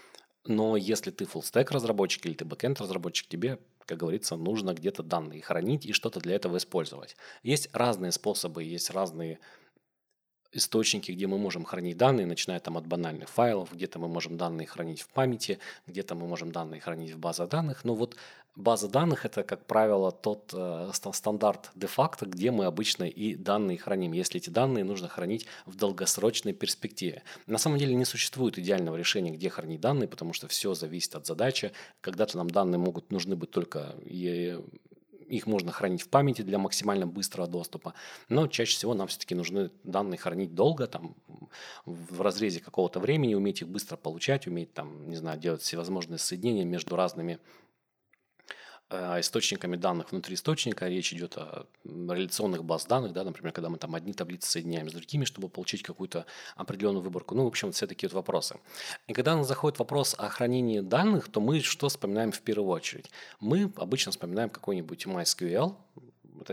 Но если ты фуллстек разработчик или ты бэкэнд разработчик, тебе, как говорится, нужно где-то данные хранить и что-то для этого использовать. Есть разные способы, есть разные источники, где мы можем хранить данные, начиная там от банальных файлов, где-то мы можем данные хранить в памяти, где-то мы можем данные хранить в базе данных. Но вот база данных – это, как правило, тот стандарт де-факто, где мы обычно и данные храним, если эти данные нужно хранить в долгосрочной перспективе. На самом деле не существует идеального решения, где хранить данные, потому что все зависит от задачи. Когда-то нам данные нужны быть только их можно хранить в памяти для максимально быстрого доступа, но чаще всего нам все-таки нужны данные хранить долго, там, в разрезе какого-то времени, уметь их быстро получать, уметь там, не знаю, делать всевозможные соединения между разными источниками данных внутри источника. Речь идет о реляционных баз данных, да, например, когда мы там одни таблицы соединяем с другими, чтобы получить какую-то определенную выборку. Ну, в общем, все такие вот вопросы. И когда у нас заходит вопрос о хранении данных, то мы что вспоминаем в первую очередь? Мы обычно вспоминаем какой-нибудь MySQL, это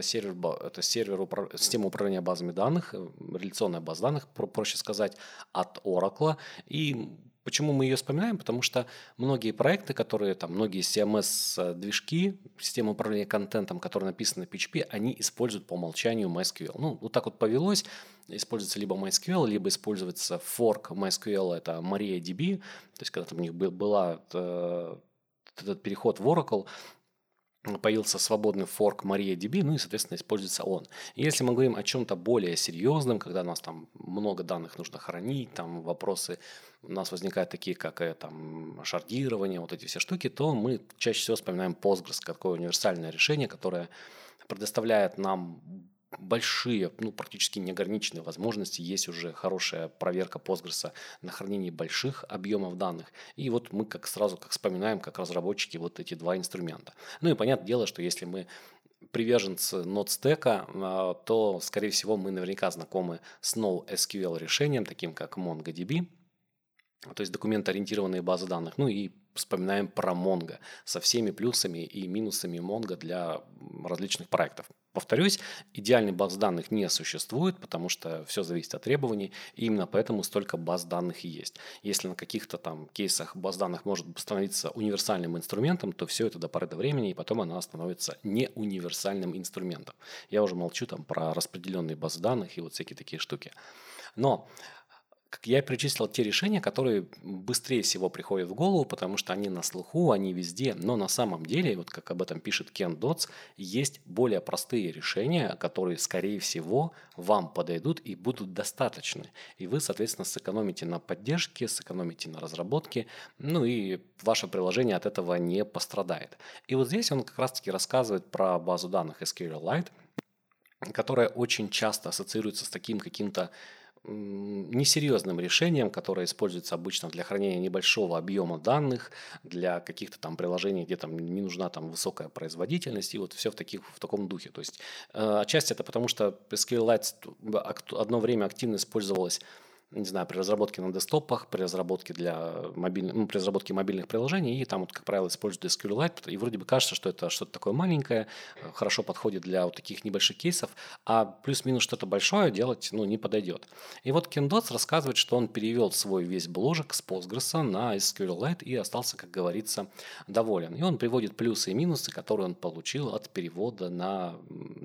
система управления базами данных, реляционная база данных, проще сказать, от Oracle. И почему мы ее вспоминаем? Потому что многие проекты, многие CMS-движки, системы управления контентом, которые написаны на PHP, они используют по умолчанию MySQL. Ну, вот так вот повелось. Используется либо MySQL, либо используется форк MySQL, это MariaDB. То есть, когда там у них был этот переход в Oracle, появился свободный форк MariaDB, ну и, соответственно, используется он. И если мы говорим о чем-то более серьезном, когда у нас там много данных нужно хранить, там вопросы у нас возникают такие, как там шардирование, вот эти все штуки, то мы чаще всего вспоминаем Postgres, какое универсальное решение, которое предоставляет нам большие, практически неограниченные возможности. Есть уже хорошая проверка Postgres на хранении больших объемов данных. И вот мы сразу вспоминаем, как разработчики, вот эти два инструмента. Ну и понятное дело, что если мы приверженцы NodeStack, то, скорее всего, мы наверняка знакомы с NoSQL решением, таким как MongoDB, то есть документоориентированные базы данных. Ну и вспоминаем про Mongo со всеми плюсами и минусами Mongo для различных проектов. Повторюсь, идеальной баз данных не существует, потому что все зависит от требований, и именно поэтому столько баз данных и есть. Если на каких-то там кейсах баз данных может становиться универсальным инструментом, то все это до поры до времени, и потом она становится неуниверсальным инструментом. Я уже молчу там про распределенные базы данных и вот всякие такие штуки. Но Я перечислил те решения, которые быстрее всего приходят в голову, потому что они на слуху, они везде. Но на самом деле, вот как об этом пишет Кен Дотс, есть более простые решения, которые, скорее всего, вам подойдут и будут достаточны. И вы, соответственно, сэкономите на поддержке, сэкономите на разработке, ну и ваше приложение от этого не пострадает. И вот здесь он как раз-таки рассказывает про базу данных SQLite, которая очень часто ассоциируется с таким каким-то несерьезным решением, которое используется обычно для хранения небольшого объема данных, для каких-то там приложений, где там не нужна там высокая производительность, и вот все в таком духе. То есть отчасти это потому, что SQLite одно время активно использовалось, не знаю, при разработке на десктопах, при разработке при разработке мобильных приложений, и там, вот, как правило, используют SQLite, и вроде бы кажется, что это что-то такое маленькое, хорошо подходит для вот таких небольших кейсов, а плюс-минус что-то большое делать, не подойдет. И вот Кен Дотс рассказывает, что он перевел свой весь бложек с Postgres на SQLite и остался, как говорится, доволен. И он приводит плюсы и минусы, которые он получил от перехода на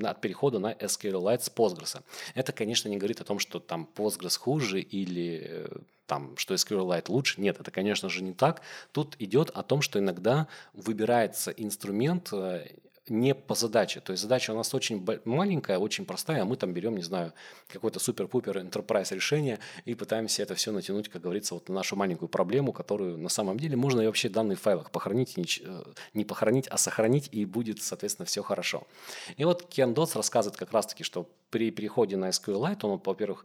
SQLite с Postgres. Это, конечно, не говорит о том, что там Postgres хуже или там, что SQLite лучше. Нет, это, конечно же, не так. Тут идет о том, что иногда выбирается инструмент не по задаче. То есть задача у нас очень маленькая, очень простая, а мы там берем, не знаю, какой-то супер-пупер enterprise решение и пытаемся это все натянуть, как говорится, вот на нашу маленькую проблему, которую на самом деле можно и вообще данные в файлах похоронить, не похоронить, а сохранить, и будет, соответственно, все хорошо. И вот Кен Дотс рассказывает как раз-таки, что при переходе на SQLite он, во-первых,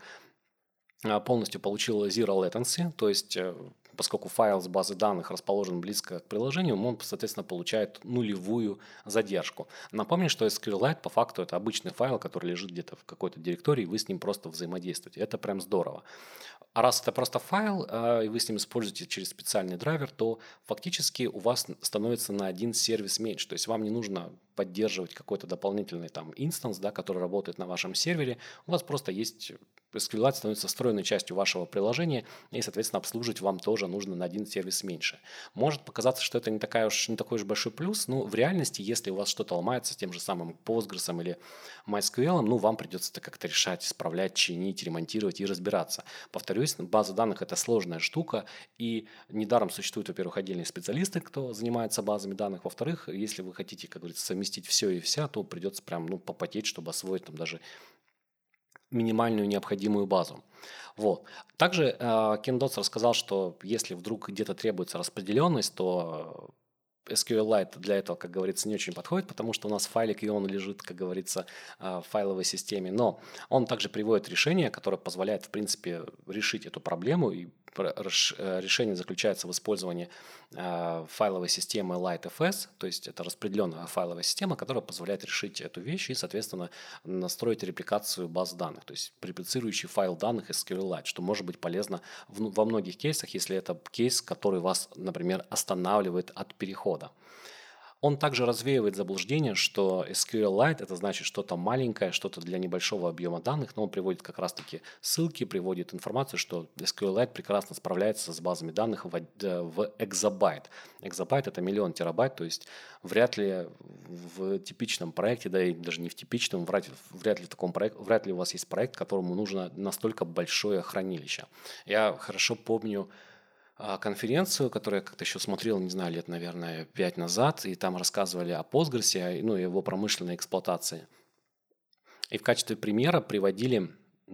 полностью получил zero latency, то есть поскольку файл с базы данных расположен близко к приложению, он, соответственно, получает нулевую задержку. Напомню, что SQLite по факту это обычный файл, который лежит где-то в какой-то директории, и вы с ним просто взаимодействуете. Это прям здорово. А раз это просто файл, и вы с ним используете через специальный драйвер, то фактически у вас становится на один сервис меньше. То есть вам не нужно поддерживать какой-то дополнительный там инстанс, да, который работает на вашем сервере. У вас просто есть SQLite, становится встроенной частью вашего приложения, и, соответственно, обслуживать вам тоже нужно на один сервис меньше. Может показаться, что это не такой уж большой плюс, но в реальности, если у вас что-то ломается с тем же самым Postgres или MySQL, вам придется это как-то решать, исправлять, чинить, ремонтировать и разбираться. Повторюсь, база данных – это сложная штука, и недаром существуют, во-первых, отдельные специалисты, кто занимается базами данных. Во-вторых, если вы хотите, как говорится, совместить все и вся, то придется прям попотеть, чтобы освоить там даже минимальную необходимую базу. Вот. Также Кен Дотс рассказал, что если вдруг где-то требуется распределенность, то SQLite для этого, как говорится, не очень подходит, потому что у нас файлик, и он лежит, как говорится, в файловой системе. Но он также приводит решение, которое позволяет, в принципе, решить эту проблему. И решение заключается в использовании файловой системы LightFS, то есть это распределенная файловая система, которая позволяет решить эту вещь и, соответственно, настроить репликацию баз данных, то есть реплицирующий файл данных SQLite, что может быть полезно во многих кейсах, если это кейс, который вас, например, останавливает от перехода. Он также развеивает заблуждение, что SQLite – это значит что-то маленькое, что-то для небольшого объема данных, но он приводит как раз-таки ссылки, приводит информацию, что SQLite прекрасно справляется с базами данных в экзобайт. Экзобайт – это миллион терабайт, то есть вряд ли в типичном проекте, да и даже не в типичном, вряд ли у вас есть проект, которому нужно настолько большое хранилище. Я хорошо помню конференцию, которую я как-то еще смотрел, не знаю, лет, наверное, 5 назад, и там рассказывали о Postgres, и его промышленной эксплуатации. И в качестве примера приводили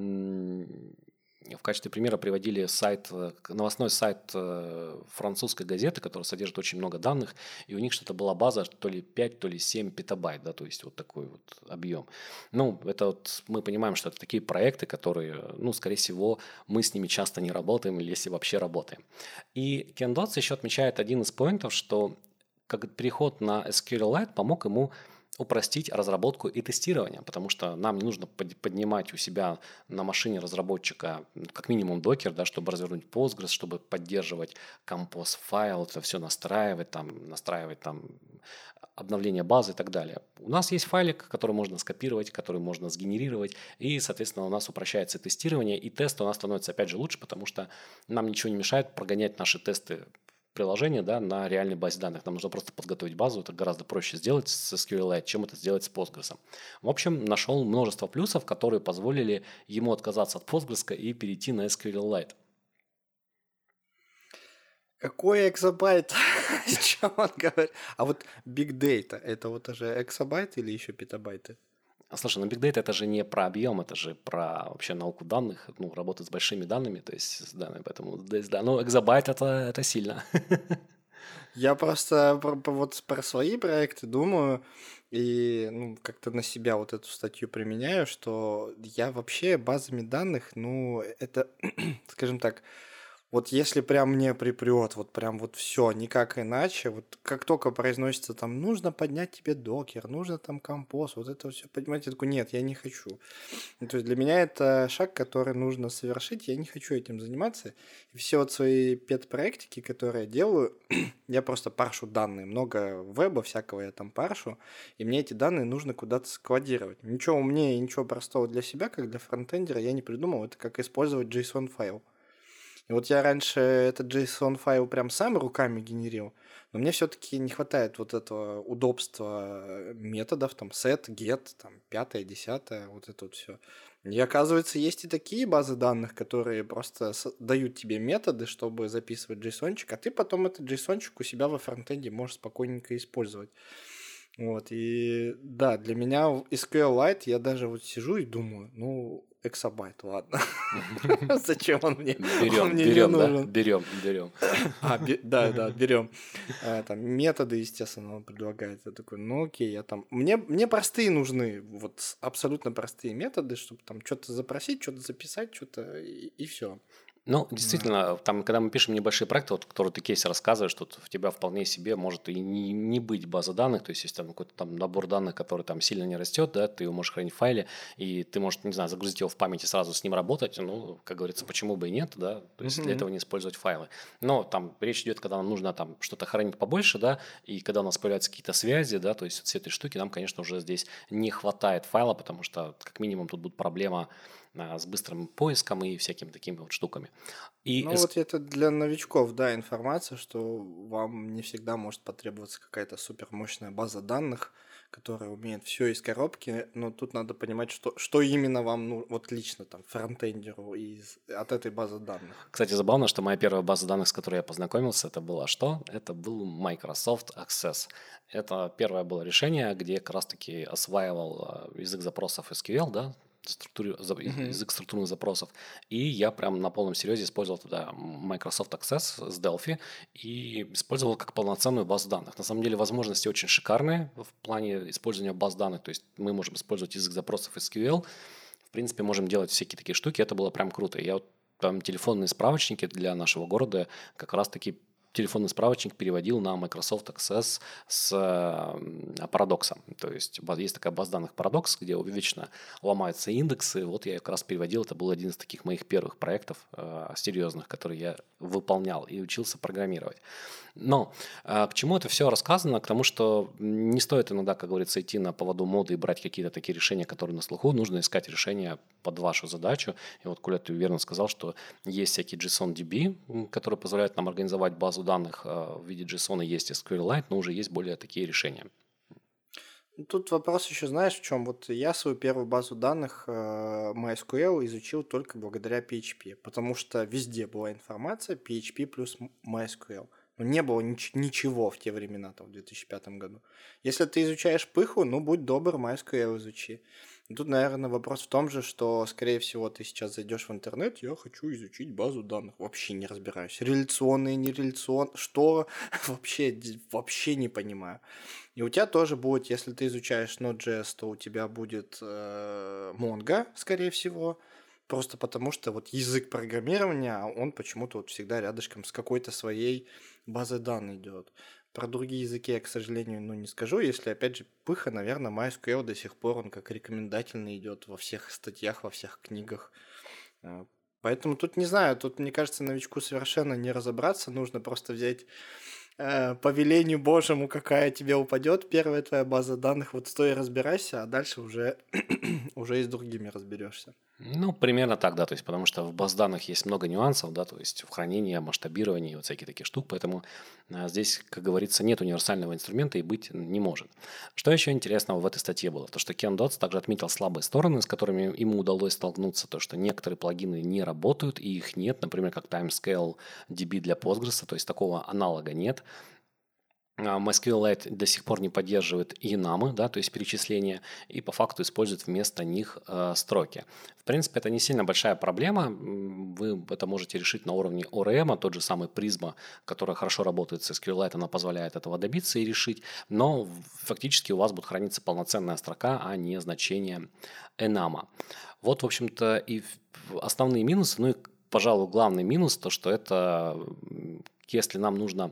новостной сайт французской газеты, который содержит очень много данных, и у них что-то была база то ли 5, то ли 7 петабайт, да, то есть вот такой вот объем. Это вот мы понимаем, что это такие проекты, которые, скорее всего, мы с ними часто не работаем, или если вообще работаем. И Кен Дотс еще отмечает один из поинтов, что как переход на SQLite помог ему упростить разработку и тестирование, потому что нам не нужно поднимать у себя на машине разработчика как минимум докер, да, чтобы развернуть Postgres, чтобы поддерживать compose файл, это все настраивать обновление базы и так далее. У нас есть файлик, который можно скопировать, который можно сгенерировать, и, соответственно, у нас упрощается тестирование, и тест у нас становится опять же лучше, потому что нам ничего не мешает прогонять наши тесты приложение, да, на реальной базе данных. Нам нужно просто подготовить базу. Это гораздо проще сделать с SQLite, чем это сделать с Postgres. В общем, нашел множество плюсов, которые позволили ему отказаться от Postgres и перейти на SQLite. Какой экзобайт? О чем он говорит? А вот big data, это вот уже эксабайт или еще петабайты? Слушай, ну Big Data это же не про объем, это же про вообще науку данных, ну, работать с большими данными, то есть с данными, поэтому здесь, да, ну, экзобайт это сильно. Я просто вот про свои проекты думаю и ну, как-то на себя вот эту статью применяю, что я вообще базами данных, ну, это, скажем так, вот если прям мне припрет, вот прям вот все, никак иначе, вот как только произносится там, нужно поднять тебе докер, нужно там композ, вот это все, понимаете, я такой, нет, я не хочу. Ну, то есть для меня это шаг, который нужно совершить, я не хочу этим заниматься. И все вот свои пет-проектики, которые я делаю, я просто паршу данные, много веба всякого я там паршу, и мне эти данные нужно куда-то складировать. Ничего умнее и ничего простого для себя, как для фронтендера, я не придумал, это как использовать JSON-файл. И вот я раньше этот JSON-файл прям сам руками генерил, но мне все-таки не хватает вот этого удобства методов, там, set, get, там, пятое, десятое, вот это вот все. И оказывается, есть и такие базы данных, которые просто дают тебе методы, чтобы записывать JSON-чик, а ты потом этот JSON-чик у себя во фронтенде можешь спокойненько использовать. Вот, и да, для меня SQLite я даже вот сижу и думаю, ну, эксабайт, ладно. Зачем он мне? Он мне не Берем, да? нужен. Берем. Да, берем. Там методы, естественно, он предлагает. Я такой, ну окей, я там. Мне простые нужны, вот абсолютно простые методы, чтобы там что-то запросить, что-то записать, что-то и все. Ну, действительно, там, когда мы пишем небольшие проекты, вот, которые ты кейс рассказываешь, тут в тебя вполне себе может и не быть базы данных, то есть есть там какой-то там набор данных, который там сильно не растет, да, ты его можешь хранить в файле, и ты можешь, не знаю, загрузить его в память и сразу с ним работать, ну, как говорится, почему бы и нет, да, то есть для этого не использовать файлы. Но там речь идет, когда нам нужно там что-то хранить побольше, да, и когда у нас появляются какие-то связи, да, то есть все этой штуки нам, конечно, уже здесь не хватает файла, потому что как минимум тут будет проблема с быстрым поиском и всякими такими вот штуками. И Ну вот это для новичков, да, информация, что вам не всегда может потребоваться какая-то супермощная база данных, которая умеет все из коробки, но тут надо понимать, что именно вам, ну, вот лично там фронтендеру от этой базы данных. Кстати, забавно, что моя первая база данных, с которой я познакомился, это была что? Это был Microsoft Access. Это первое было решение, где я как раз-таки осваивал язык запросов SQL, да, язык структурных запросов. И я прям на полном серьезе использовал туда Microsoft Access с Delphi и использовал как полноценную базу данных. На самом деле возможности очень шикарные в плане использования баз данных. То есть мы можем использовать язык запросов SQL, в принципе, можем делать всякие такие штуки. Это было прям круто. Я вот там телефонные справочники для нашего города как раз-таки телефонный справочник переводил на Microsoft Access с парадоксом. То есть есть такая база данных Paradox, где вечно ломаются индексы. Вот я как раз переводил. Это был один из таких моих первых проектов серьезных, которые я выполнял и учился программировать. Но к чему это все рассказано? К тому, что не стоит иногда, как говорится, идти на поводу моды и брать какие-то такие решения, которые на слуху. Нужно искать решения под вашу задачу. И вот, Коля, ты верно сказал, что есть всякие JSON-DB, которые позволяют нам организовать базу данных в виде JSON, и есть SQLite, но уже есть более такие решения. Тут вопрос еще, знаешь, в чем? Вот я свою первую базу данных MySQL изучил только благодаря PHP, потому что везде была информация PHP плюс MySQL. Но не было ничего в те времена, там, в 2005 году. Если ты изучаешь пыху, ну, будь добр, MySQL изучи. И тут, наверное, вопрос в том же, что, скорее всего, ты сейчас зайдешь в интернет, я хочу изучить базу данных. Вообще не разбираюсь. Реляционные, нереляционные, что? Вообще не понимаю. И у тебя тоже будет, если ты изучаешь Node.js, то у тебя будет Mongo, скорее всего. Просто потому что вот язык программирования, он почему-то вот всегда рядышком с какой-то своей базой данных идет. Про другие языки я, к сожалению, не скажу. Если, опять же, пыха, наверное, MySQL до сих пор, он как рекомендательный идет во всех статьях, во всех книгах. Поэтому тут, не знаю, тут, мне кажется, новичку совершенно не разобраться. Нужно просто взять по велению Божьему, какая тебе упадет, первая твоя база данных, вот стой и разбирайся, а дальше уже и с другими разберешься. Ну, примерно так, да, то есть, потому что в баз данных есть много нюансов, да, то есть в хранении, масштабировании, вот всякие такие штуки, поэтому здесь, как говорится, нет универсального инструмента и быть не может. Что еще интересного в этой статье было? То, что Кен Дотс также отметил слабые стороны, с которыми ему удалось столкнуться, то, что некоторые плагины не работают и их нет, например, как Timescale DB для Postgres, то есть такого аналога нет. MySQLite до сих пор не поддерживает инамы, да, то есть перечисления, и по факту использует вместо них строки. В принципе, это не сильно большая проблема. Вы это можете решить на уровне ORM, тот же самый Prisma, которая хорошо работает с SQLite, она позволяет этого добиться и решить, но фактически у вас будет храниться полноценная строка, а не значение enama. Вот, в общем-то, и основные минусы, ну и, пожалуй, главный минус, то, что это, если нам нужно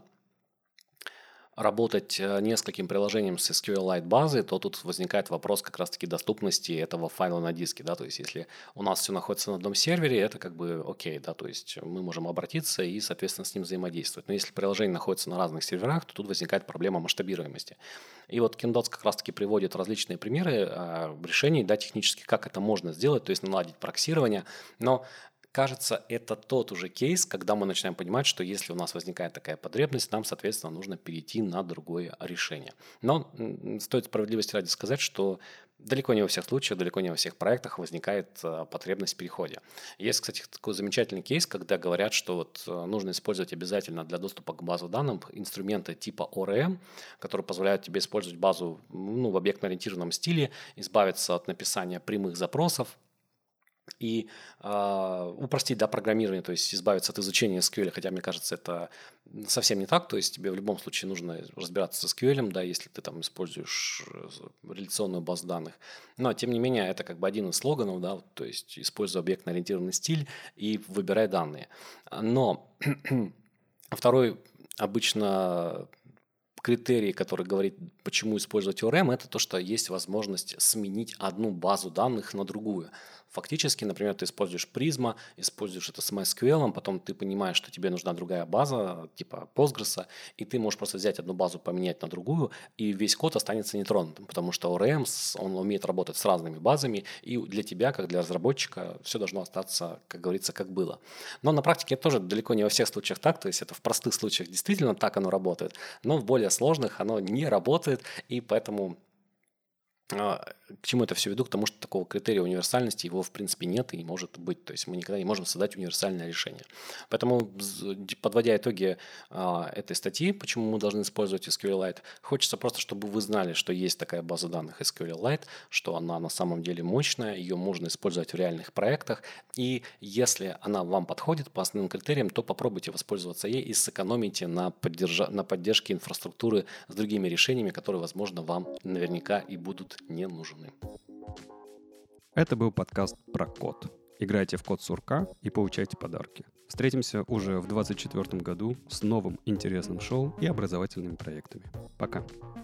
работать нескольким приложением с SQLite базой, то тут возникает вопрос как раз-таки доступности этого файла на диске, да, то есть если у нас все находится на одном сервере, это как бы окей, да, то есть мы можем обратиться и, соответственно, с ним взаимодействовать. Но если приложение находится на разных серверах, то тут возникает проблема масштабируемости. И вот Ken Дотс как раз-таки приводит различные примеры решений, да, технически, как это можно сделать, то есть наладить проксирование, но кажется, это тот уже кейс, когда мы начинаем понимать, что если у нас возникает такая потребность, нам, соответственно, нужно перейти на другое решение. Но стоит справедливости ради сказать, что далеко не во всех случаях, далеко не во всех проектах возникает потребность в переходе. Есть, кстати, такой замечательный кейс, когда говорят, что вот нужно использовать обязательно для доступа к базу данных инструменты типа ORM, которые позволяют тебе использовать базу в объектно-ориентированном стиле, избавиться от написания прямых запросов, и упростить, да, программирование, то есть избавиться от изучения SQL, хотя, мне кажется, это совсем не так, то есть тебе в любом случае нужно разбираться с SQL, да, если ты там используешь реляционную базу данных, но, тем не менее, это как бы один из слоганов, да, то есть используй объектно-ориентированный стиль и выбирай данные. Но второй обычно критерий, который говорит, почему использовать ORM, это то, что есть возможность сменить одну базу данных на другую. Фактически, например, ты используешь Prisma, используешь это с MySQL, потом ты понимаешь, что тебе нужна другая база, типа Postgres, и ты можешь просто взять одну базу, поменять на другую, и весь код останется нетронутым, потому что ORM, он умеет работать с разными базами, и для тебя, как для разработчика, все должно остаться, как говорится, как было. Но на практике это тоже далеко не во всех случаях так, то есть это в простых случаях действительно так оно работает, но в более сложных оно не работает, и поэтому к чему это все веду? К тому, что такого критерия универсальности его в принципе нет и не может быть. То есть мы никогда не можем создать универсальное решение. Поэтому, подводя итоги этой статьи, почему мы должны использовать SQLite, хочется просто, чтобы вы знали, что есть такая база данных SQLite, что она на самом деле мощная, ее можно использовать в реальных проектах. И если она вам подходит по основным критериям, то попробуйте воспользоваться ей и сэкономите на поддержке инфраструктуры с другими решениями, которые, возможно, вам наверняка и будут не нужны. Это был подкаст про код. Играйте в код сурка и получайте подарки. Встретимся уже в 2024 году с новым интересным шоу и образовательными проектами. Пока.